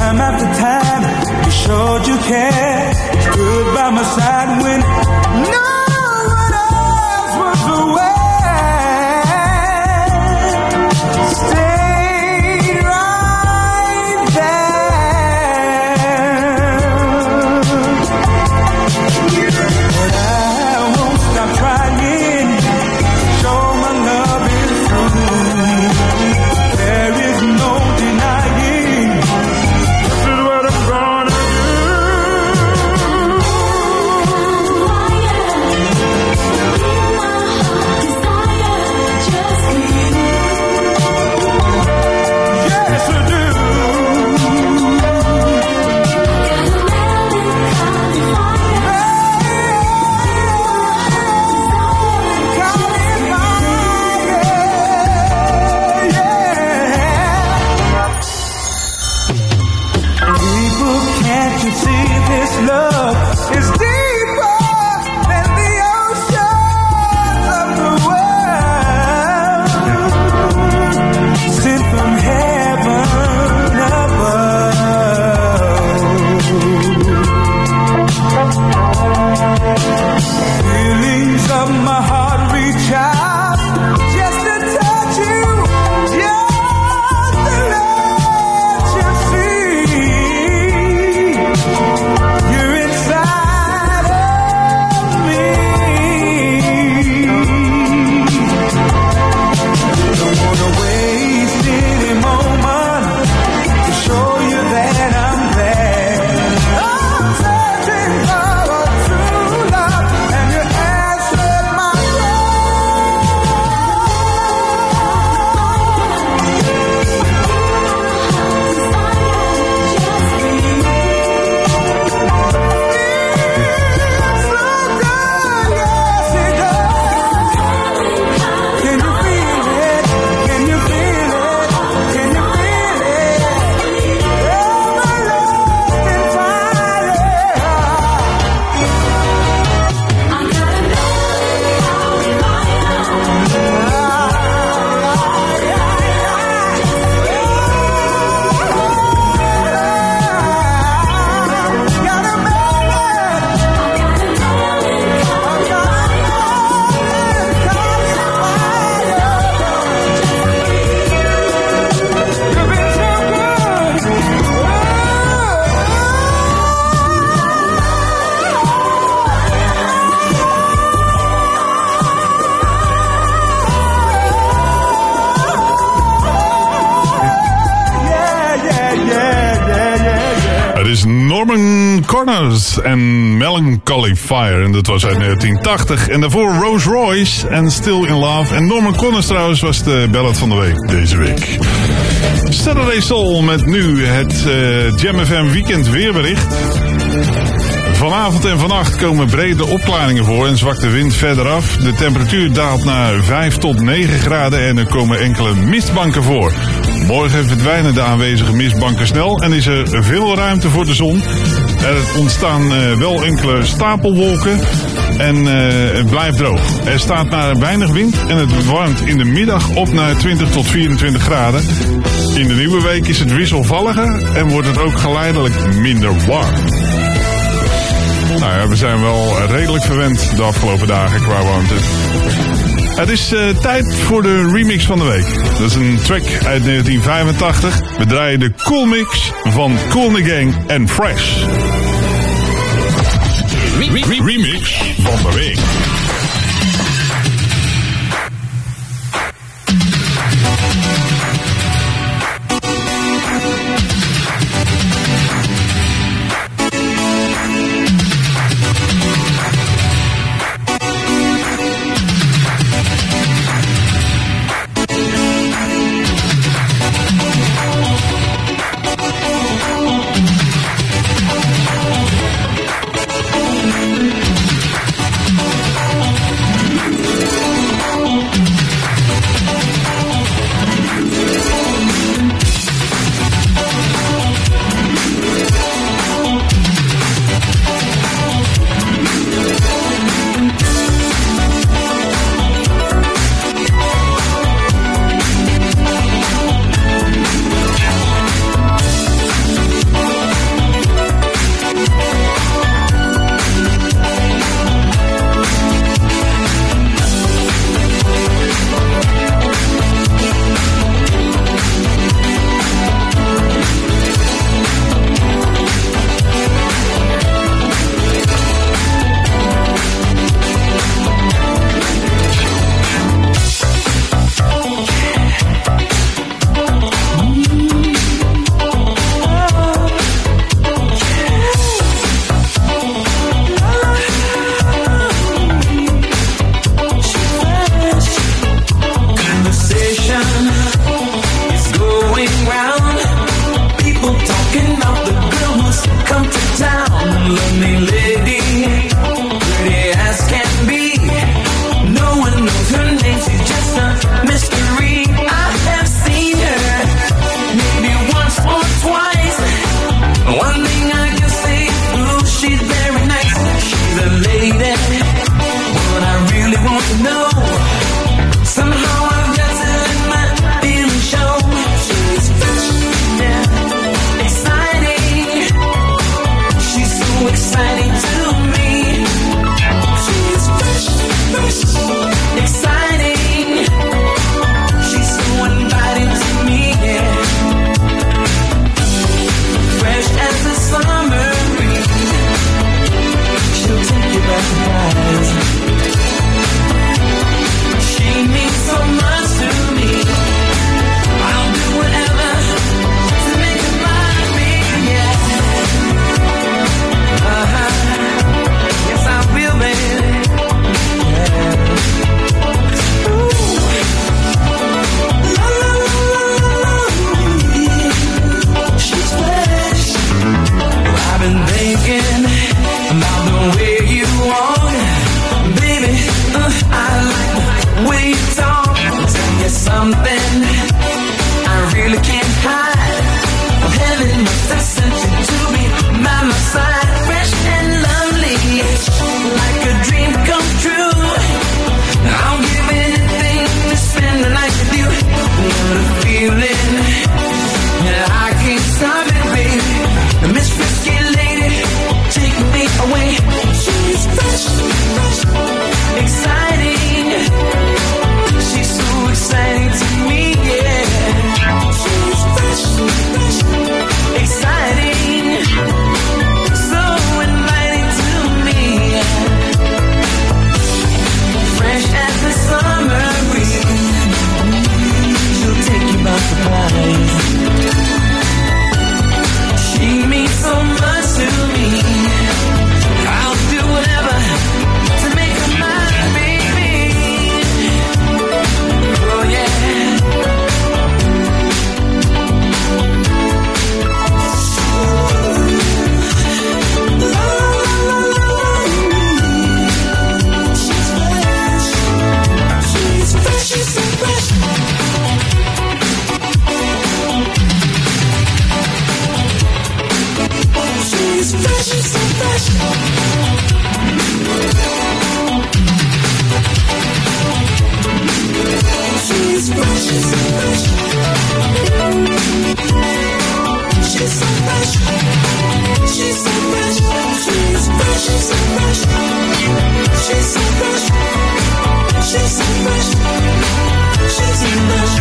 time after time, you showed you care. Stood by my side when no one else was aware. Stayed right there. But I won't stop trying. Show my love is true. There is no denying. This is what I'm gonna do. Yes, I do. People, can't you see this love is deeper than the ocean of the world, sent from heaven above. Feelings of my heart reach out just to touch you, just to let you see you're inside of me. Don't wanna waste any moment to show you that I'm glad. I'm searching for a true love, and you answered my Het is Norman Connors en Melancholy Fire. En dat was uit negentien tachtig. En daarvoor Rose Royce en Still in Love. En Norman Connors trouwens was de ballad van de week deze week. Saturday Soul met nu het uh, Jam F M weekend weerbericht. Vanavond en vannacht komen brede opklaringen voor en zwakt de wind verder af. De temperatuur daalt naar vijf tot negen graden en er komen enkele mistbanken voor. Morgen verdwijnen de aanwezige mistbanken snel en is er veel ruimte voor de zon. Er ontstaan uh, wel enkele stapelwolken en uh, het blijft droog. Er staat maar weinig wind en het warmt in de middag op naar twintig tot vierentwintig graden. In de nieuwe week is het wisselvalliger en wordt het ook geleidelijk minder warm. Nou ja, we zijn wel redelijk verwend de afgelopen dagen qua warmte. Het is uh, tijd voor de remix van de week. Dat is een track uit negentien vijfentachtig. We draaien de Cool Mix van Kool and the Gang en Fresh. Re- re- remix van de week. Thank She's fresh, she's so fresh. She's fresh, she's so fresh. She's so fresh. She's so fresh. She's fresh, she's so fresh. She's so fresh. She's so fresh. She's so fresh.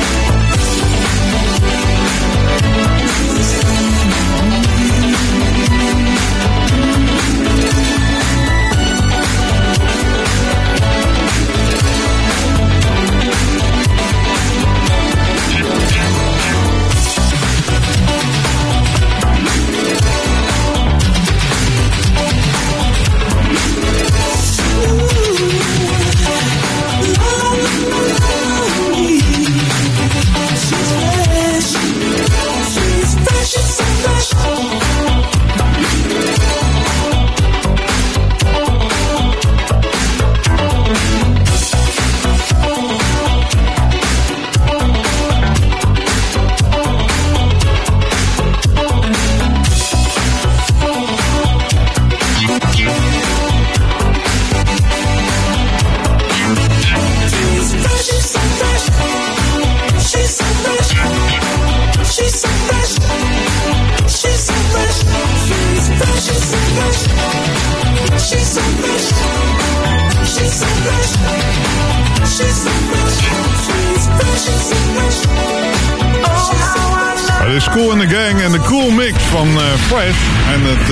Het is Kool and the Gang en de Cool Mix van uh, Fresh. En het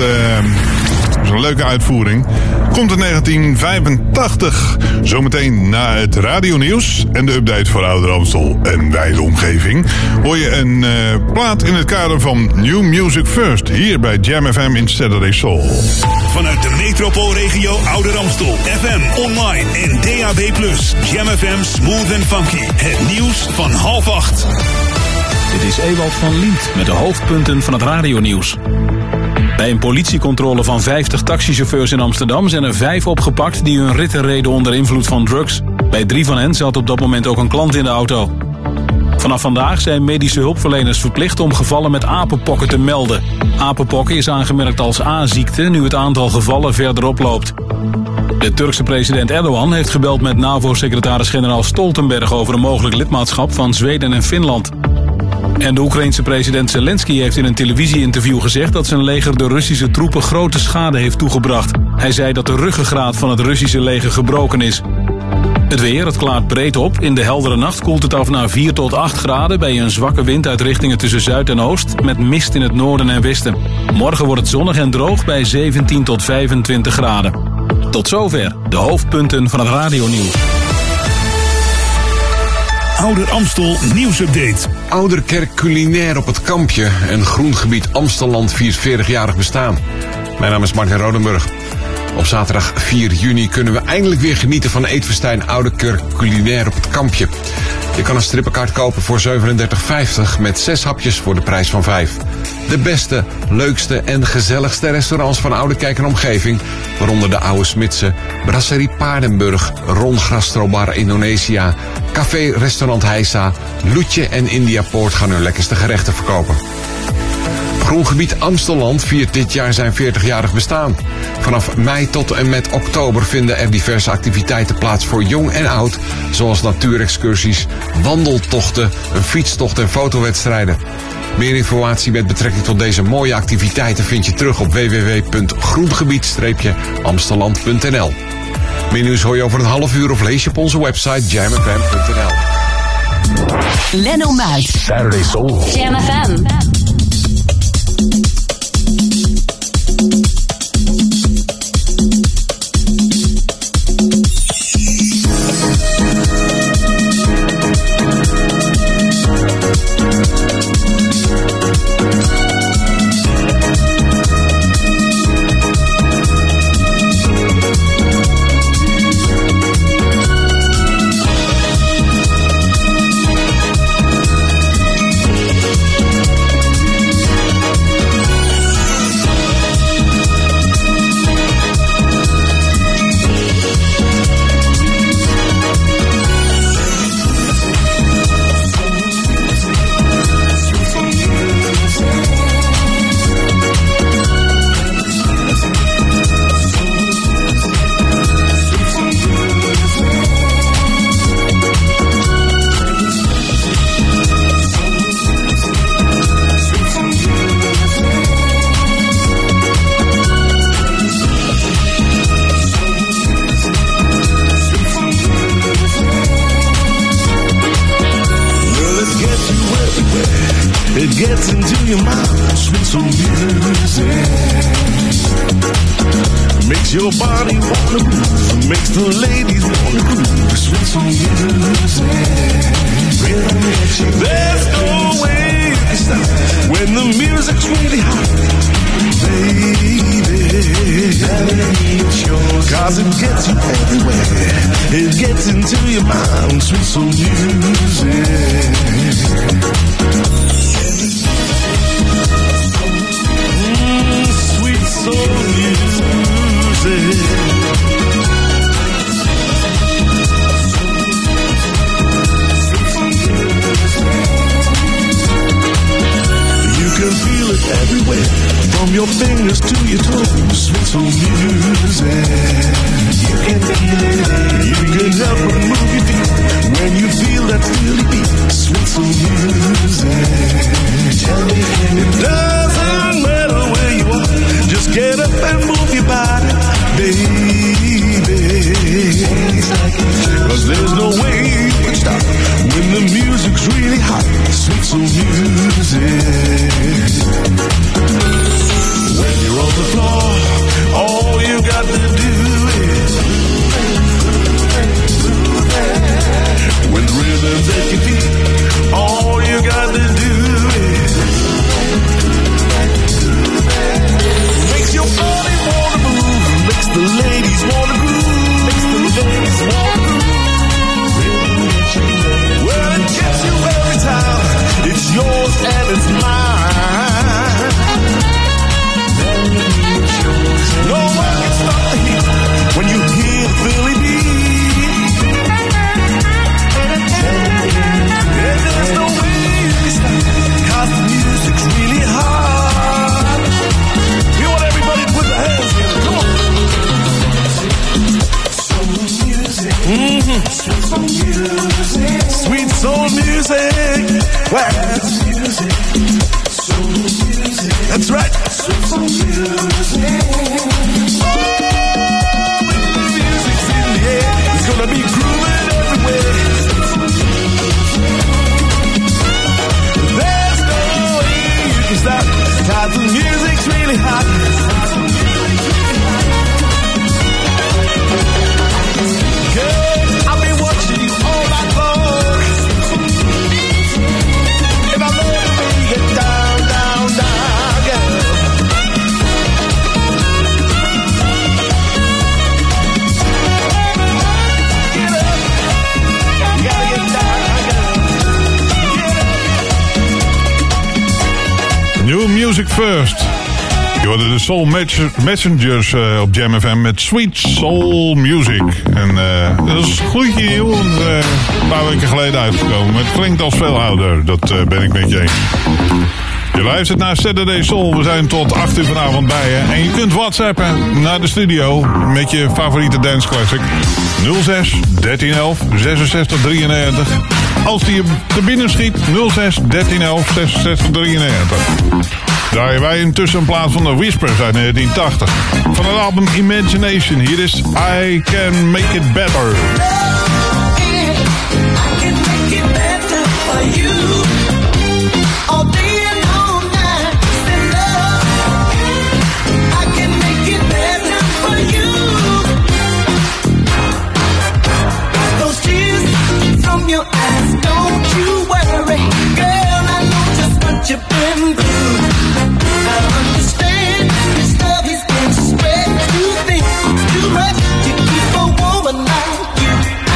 uh, is een leuke uitvoering. Komt in negentien vijfentachtig. Zometeen na het radionieuws en de update voor Ouder Amstel en wijde omgeving hoor je een uh, plaat in het kader van New Music First. Hier bij Jam F M in Saturday Soul. Vanuit de metropoolregio Ouder Amstel. F M, online en D A B plus. Jam F M Smooth and Funky. Het nieuws van half acht. Dit is Ewald van Lient met de hoofdpunten van het radionieuws. Bij een politiecontrole van vijftig taxichauffeurs in Amsterdam zijn er vijf opgepakt die hun ritten reden onder invloed van drugs. Bij drie van hen zat op dat moment ook een klant in de auto. Vanaf vandaag zijn medische hulpverleners verplicht om gevallen met apenpokken te melden. Apenpokken is aangemerkt als A-ziekte nu het aantal gevallen verder oploopt. De Turkse president Erdogan heeft gebeld met NAVO-secretaris-generaal Stoltenberg over een mogelijk lidmaatschap van Zweden en Finland. En de Oekraïense president Zelensky heeft in een televisie-interview gezegd dat zijn leger de Russische troepen grote schade heeft toegebracht. Hij zei dat de ruggengraat van het Russische leger gebroken is. Het weer, het klaart breed op. In de heldere nacht koelt het af naar vier tot acht graden... bij een zwakke wind uit richtingen tussen zuid en oost... met mist in het noorden en westen. Morgen wordt het zonnig en droog bij zeventien tot vijfentwintig graden. Tot zover de hoofdpunten van het radionieuws. Ouder Amstel nieuwsupdate. Ouderkerk culinair op het Kampje en groengebied Amstelland viert veertigjarig bestaan. Mijn naam is Martin Rodenburg. Op zaterdag vier juni kunnen we eindelijk weer genieten van Eetfestijn Ouderkerk culinair op het Kampje. Je kan een strippenkaart kopen voor zevenendertig vijftig met zes hapjes voor de prijs van vijf. De beste, leukste en gezelligste restaurants van Ouderkerk en omgeving, waaronder de Oude Smitse, Brasserie Paardenburg, Ron Gastrobar Indonesia, Café Restaurant Heisa, Loetje en Indiapoort gaan hun lekkerste gerechten verkopen. Groengebied Amstelland viert dit jaar zijn veertigjarig bestaan. Vanaf mei tot en met oktober vinden er diverse activiteiten plaats voor jong en oud, zoals natuurexcursies, wandeltochten, een fietstocht en fotowedstrijden. Meer informatie met betrekking tot deze mooie activiteiten vind je terug op w w w punt groengebied amstelland punt n l. Meer nieuws hoor je over een half uur of lees je op onze website jam f m punt n l. Leno Muis. Saturday Soul. Jam F M. your mind. Sweet soul music makes your body wanna move, makes the ladies wanna groove. Sweet soul music, rhythm makes you. There's no way you can stop when the music's really hot, baby. It's yours, 'cause it gets you everywhere. It gets into your mind. Sweet soul music. Mm, sweet soul music. You can feel it everywhere, from your fingers to your toes. Sweet soul music. You can feel it. You can help but move your feet when you feel that Philly beat. Sweet soul music. Tell me, it doesn't matter where you are. Just get up and move your body, baby. 'Cause there's no way you can stop when the music's really hot. Sweet soul music. When you're on the floor, all you got to do is when the rhythm's at your feet, all you got to do is makes your body wanna move, makes the ladies wanna groove, makes the ladies wanna groove. Well, it gets you every time. It's yours and it's mine. No one can stop the heat when you hear the Philly beat. And there's no way you can stop, 'cause the music's really hot. We want everybody to put their hands together. Come on. Soul music. Mm-hmm. Sweet soul music. Sweet soul music. Wow. Soul music. That's right. Sweet soul music. It's gonna be grooving everywhere. There's no way you can stop, 'cause the music's really hot. Girl, I've been watching you all night long, and I love the way you get down, down, down, girl. New Music First. Je hoorde de Soul Messengers uh, op Jam F M met Sweet Soul Music. En uh, dat is een gloedje nieuw, want uh, een paar weken geleden uitgekomen. Maar het klinkt als veel ouder, dat uh, ben ik met je eens. Je luistert naar Saturday Soul. We zijn tot acht uur vanavond bij je. En je kunt whatsappen naar de studio met je favoriete dance classic. nul zes dertien elf zesenzestig drieënnegentig. Als die je te binnen schiet, nul zes dertien elf zesenzestig drieënnegentig. Draaien wij intussen een plaat van de Whispers uit negentien tachtig. Van het album Imagination. Hier is I Can Make It Better. You've been through. I understand this love has been spread too thin, too much to keep a woman like you.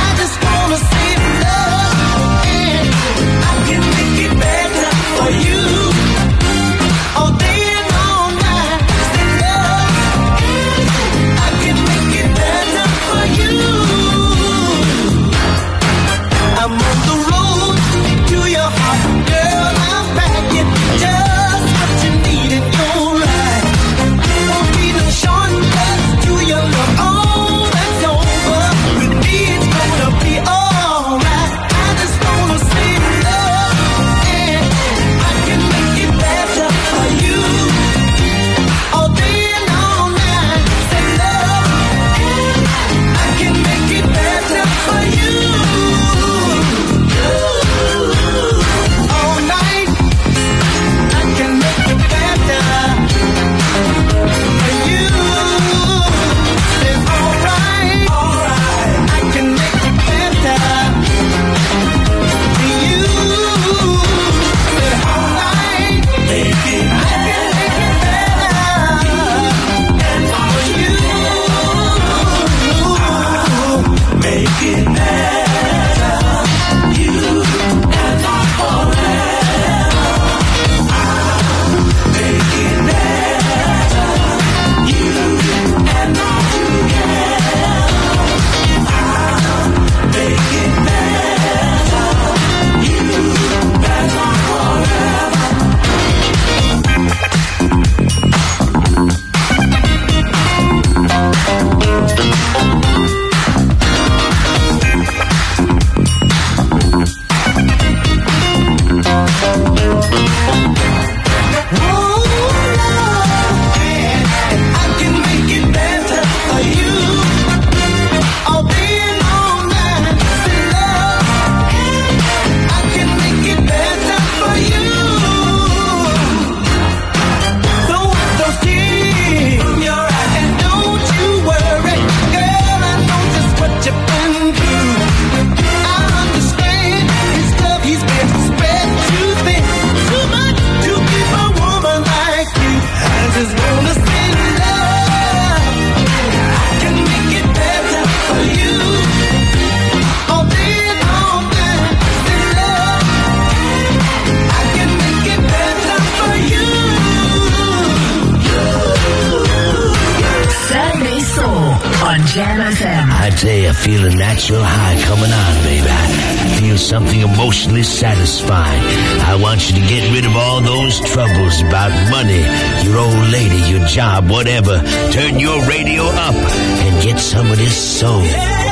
on Jam F M. I tell you, I feel a natural high coming on, baby. I feel something emotionally satisfying. I want you to get rid of all those troubles about money, your old lady, your job, whatever. Turn your radio up and get some of this soul.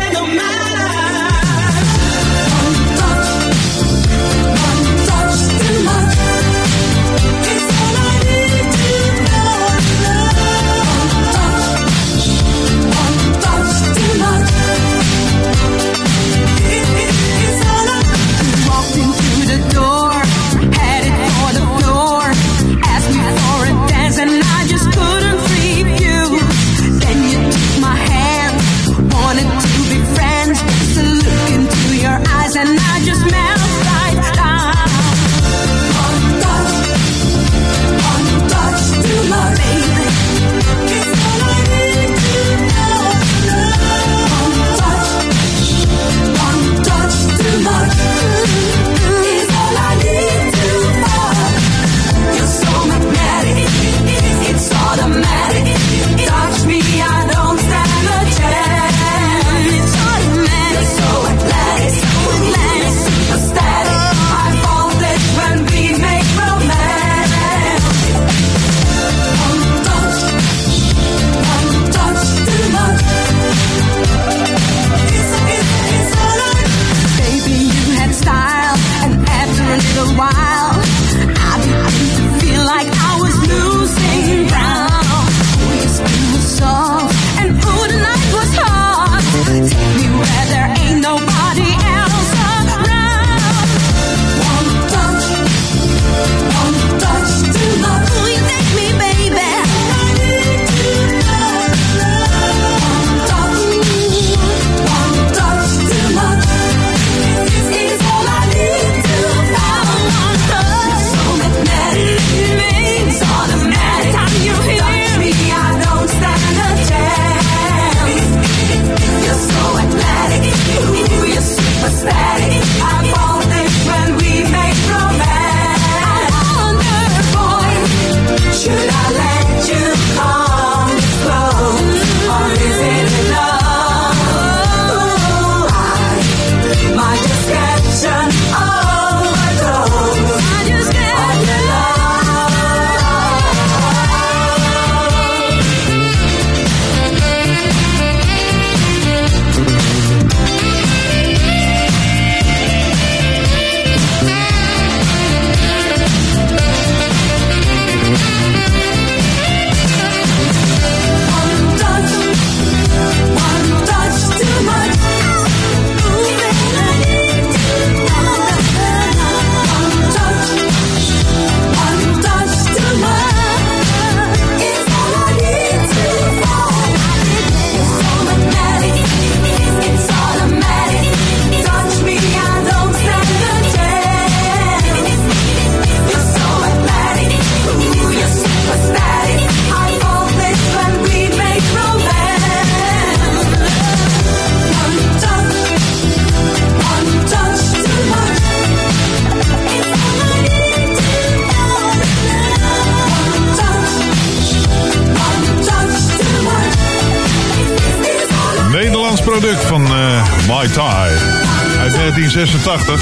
Product van uh, My Tai uit negentien zesentachtig.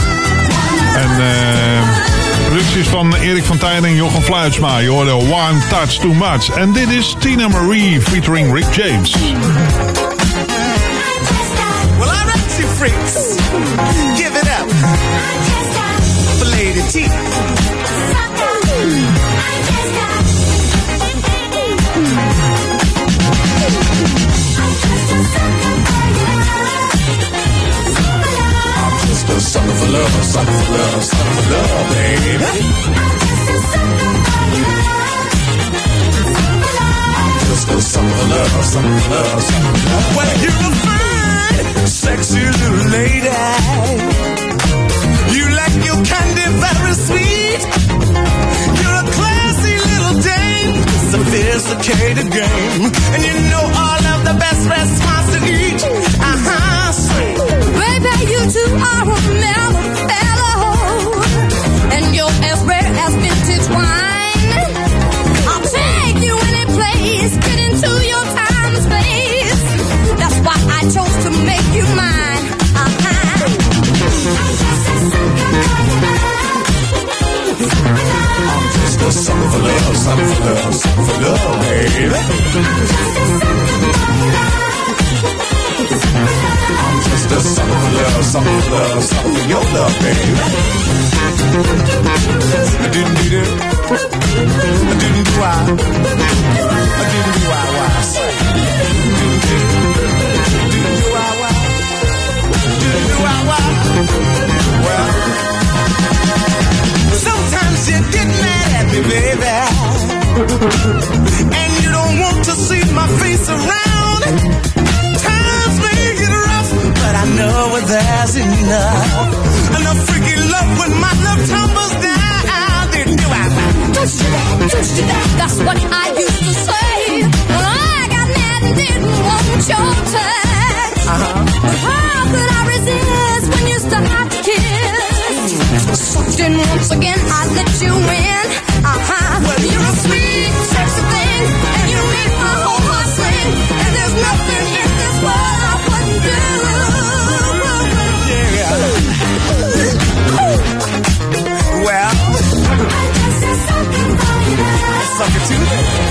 En uh, producties van Erik van Tijn en Jochem Fluitsma. Je hoorde One Touch Too Much. En dit is Tina Marie featuring Rick James. Well, all right, you freaks. Give it up for Lady T. A sucker for love, a sucker for love, a sucker for love, baby. Just a sucker for love, a sucker for love, a sucker for love. Well, you're a fine, sexy little lady. You like your candy very sweet. You're a classy little dame, sophisticated game, and you know all of the best restaurants to eat. Uh-huh, sing. Baby, you two are a mellow fellow, and you're as rare as vintage wine. I'll take you any place, get into your time and space. That's baby. I'm just a sucker for love, sucker for love, sucker for your love, baby. I didn't do that. I didn't do I. I didn't do I, why I say. Didn't do Didn't do I, why. Didn't do I, why. Well, sometimes you get mad at me, baby. And you don't want to see my face around. Times may get rough, but I know there's enough. Enough freaky love when my love tumbles down. Didn't you I? Don't you do that, don't you do that. That's what I used to say when I got mad and didn't want your touch. Uh-huh. How could I resist when you start to kiss? Sucked in once again, I let you in. Uh-huh. Well, you're a sweet, sexy thing, and you make my whole heart sing. And there's nothing in this world I wouldn't do. Yeah. Well, suck it too.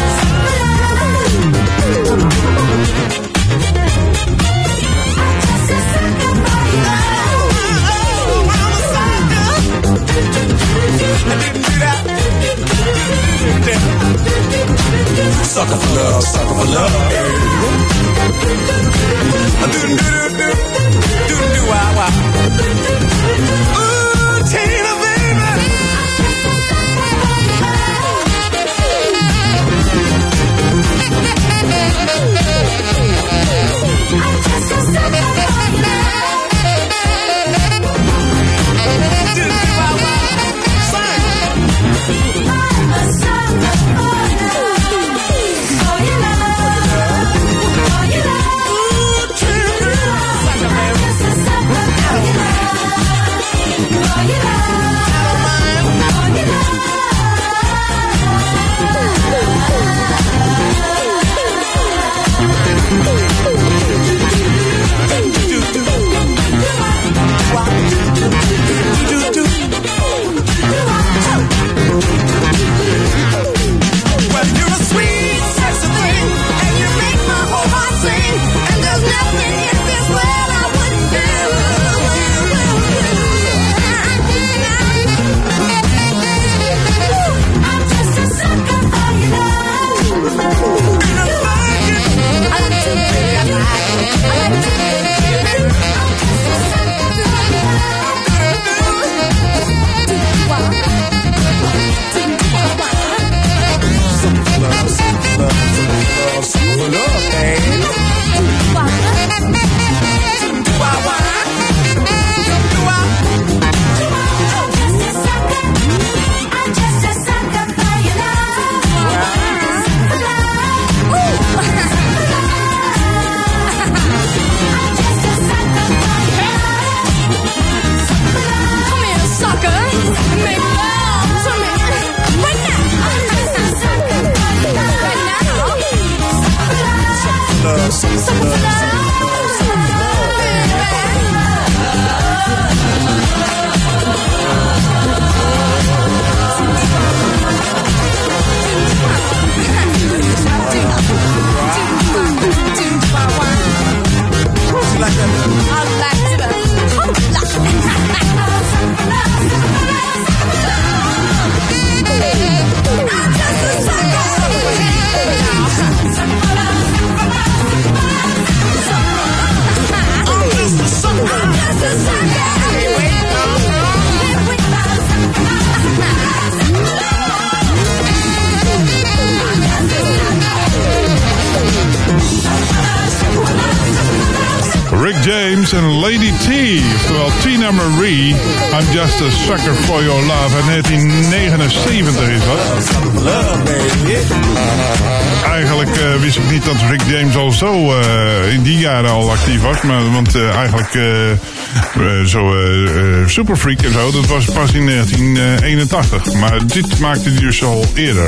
Sucker for love, sucker for love. Do do do do do do wow wow. Ooh, Tina baby. I'm just a sucker for love. Do do wow wow. Sing. I'm a sucker for love. For your love. For your love. Ooh, Tina. I'm just a sucker for your love. For your love. For your love. Well, you're a sweet, sexy thing, and you make my whole heart sing. And there's nothing in this world I wouldn't do. I'm just a sucker for your love. And I like it. I like to be I like it. I like to be I'm just a sucker for your love. Love, some love, some love, some love, babe. Why? Why? I'm just a sucker. I'm just a sucker for your love. I'm just a sucker for your love. Come here, sucker. Make love to me right now. I'm just a sucker for your love. Right now. Love, some love, some love, some love, you like that? I like it. I'm just a sucker. I'm just a sucker. Hey, wait, no, no. Wait, Rick James en Lady T, oftewel Tina Marie. I'm just a sucker for your love. Uit negentien negenenzeventig is dat. Eigenlijk uh, wist ik niet dat Rick James al zo uh, in die jaren al actief was. Maar, want uh, eigenlijk uh, uh, zo uh, uh, Superfreak en zo, dat was pas in negentien eenentachtig. Maar dit maakte hij dus al eerder.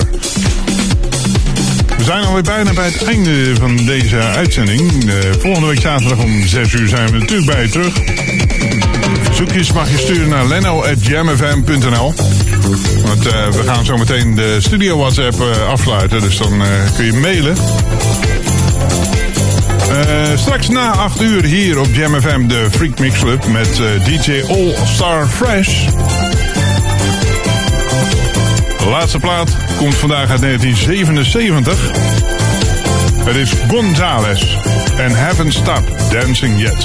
We zijn alweer bijna bij het einde van deze uitzending. Uh, volgende week zaterdag om zes uur zijn we natuurlijk bij je terug. Verzoekjes mag je sturen naar leno at jam f m punt n l. Want uh, we gaan zo meteen de studio WhatsApp uh, afsluiten. Dus dan uh, kun je mailen. Uh, straks na acht uur hier op Jam F M de Freak Mix Club met uh, D J All Star Fresh. De laatste plaat komt vandaag uit negentien zevenenzeventig. Het is Gonzales en Haven't Stopped Dancing Yet.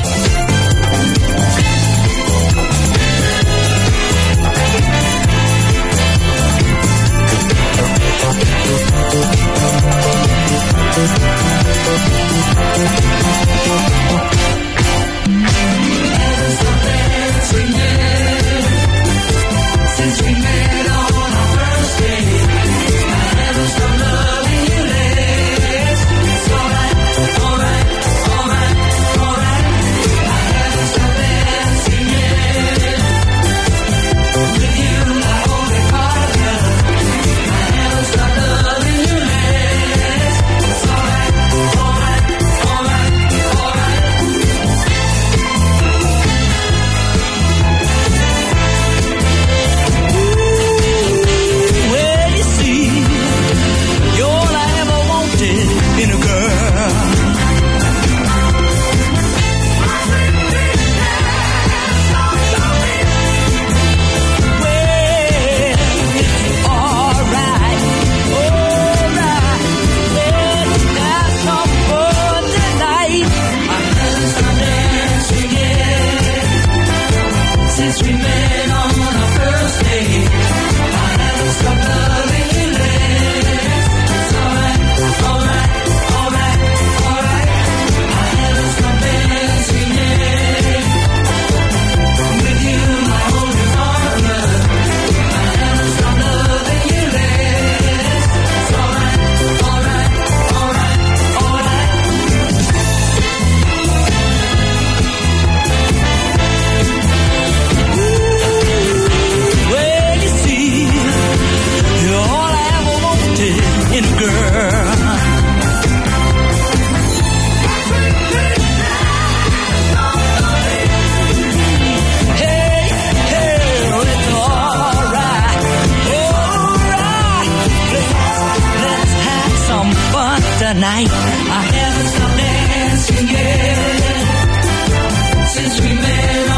Since we met on our first date, I haven't stopped loving you less. It's alright, alright, alright, alright. I haven't stopped dancing yet. With you, I hold it harder. I haven't stopped loving you less. It's alright, alright, alright, alright. Well, you see, you're all I ever wanted in a girl. Well, it's alright, alright. Let's have some fun tonight. I haven't stopped dancing yet. Since we met on our first date, I haven't stopped loving you less. It's alright, alright, alright, alright. I haven't stopped dancing yet. With you, my only partner. I haven't stopped loving you less. It's alright, alright, alright, alright. Well, you see, you're all I ever wanted in a girl. Hey, hey, it's alright, alright. Let's, let's have some fun tonight. I haven't stopped dancing yet. Since we met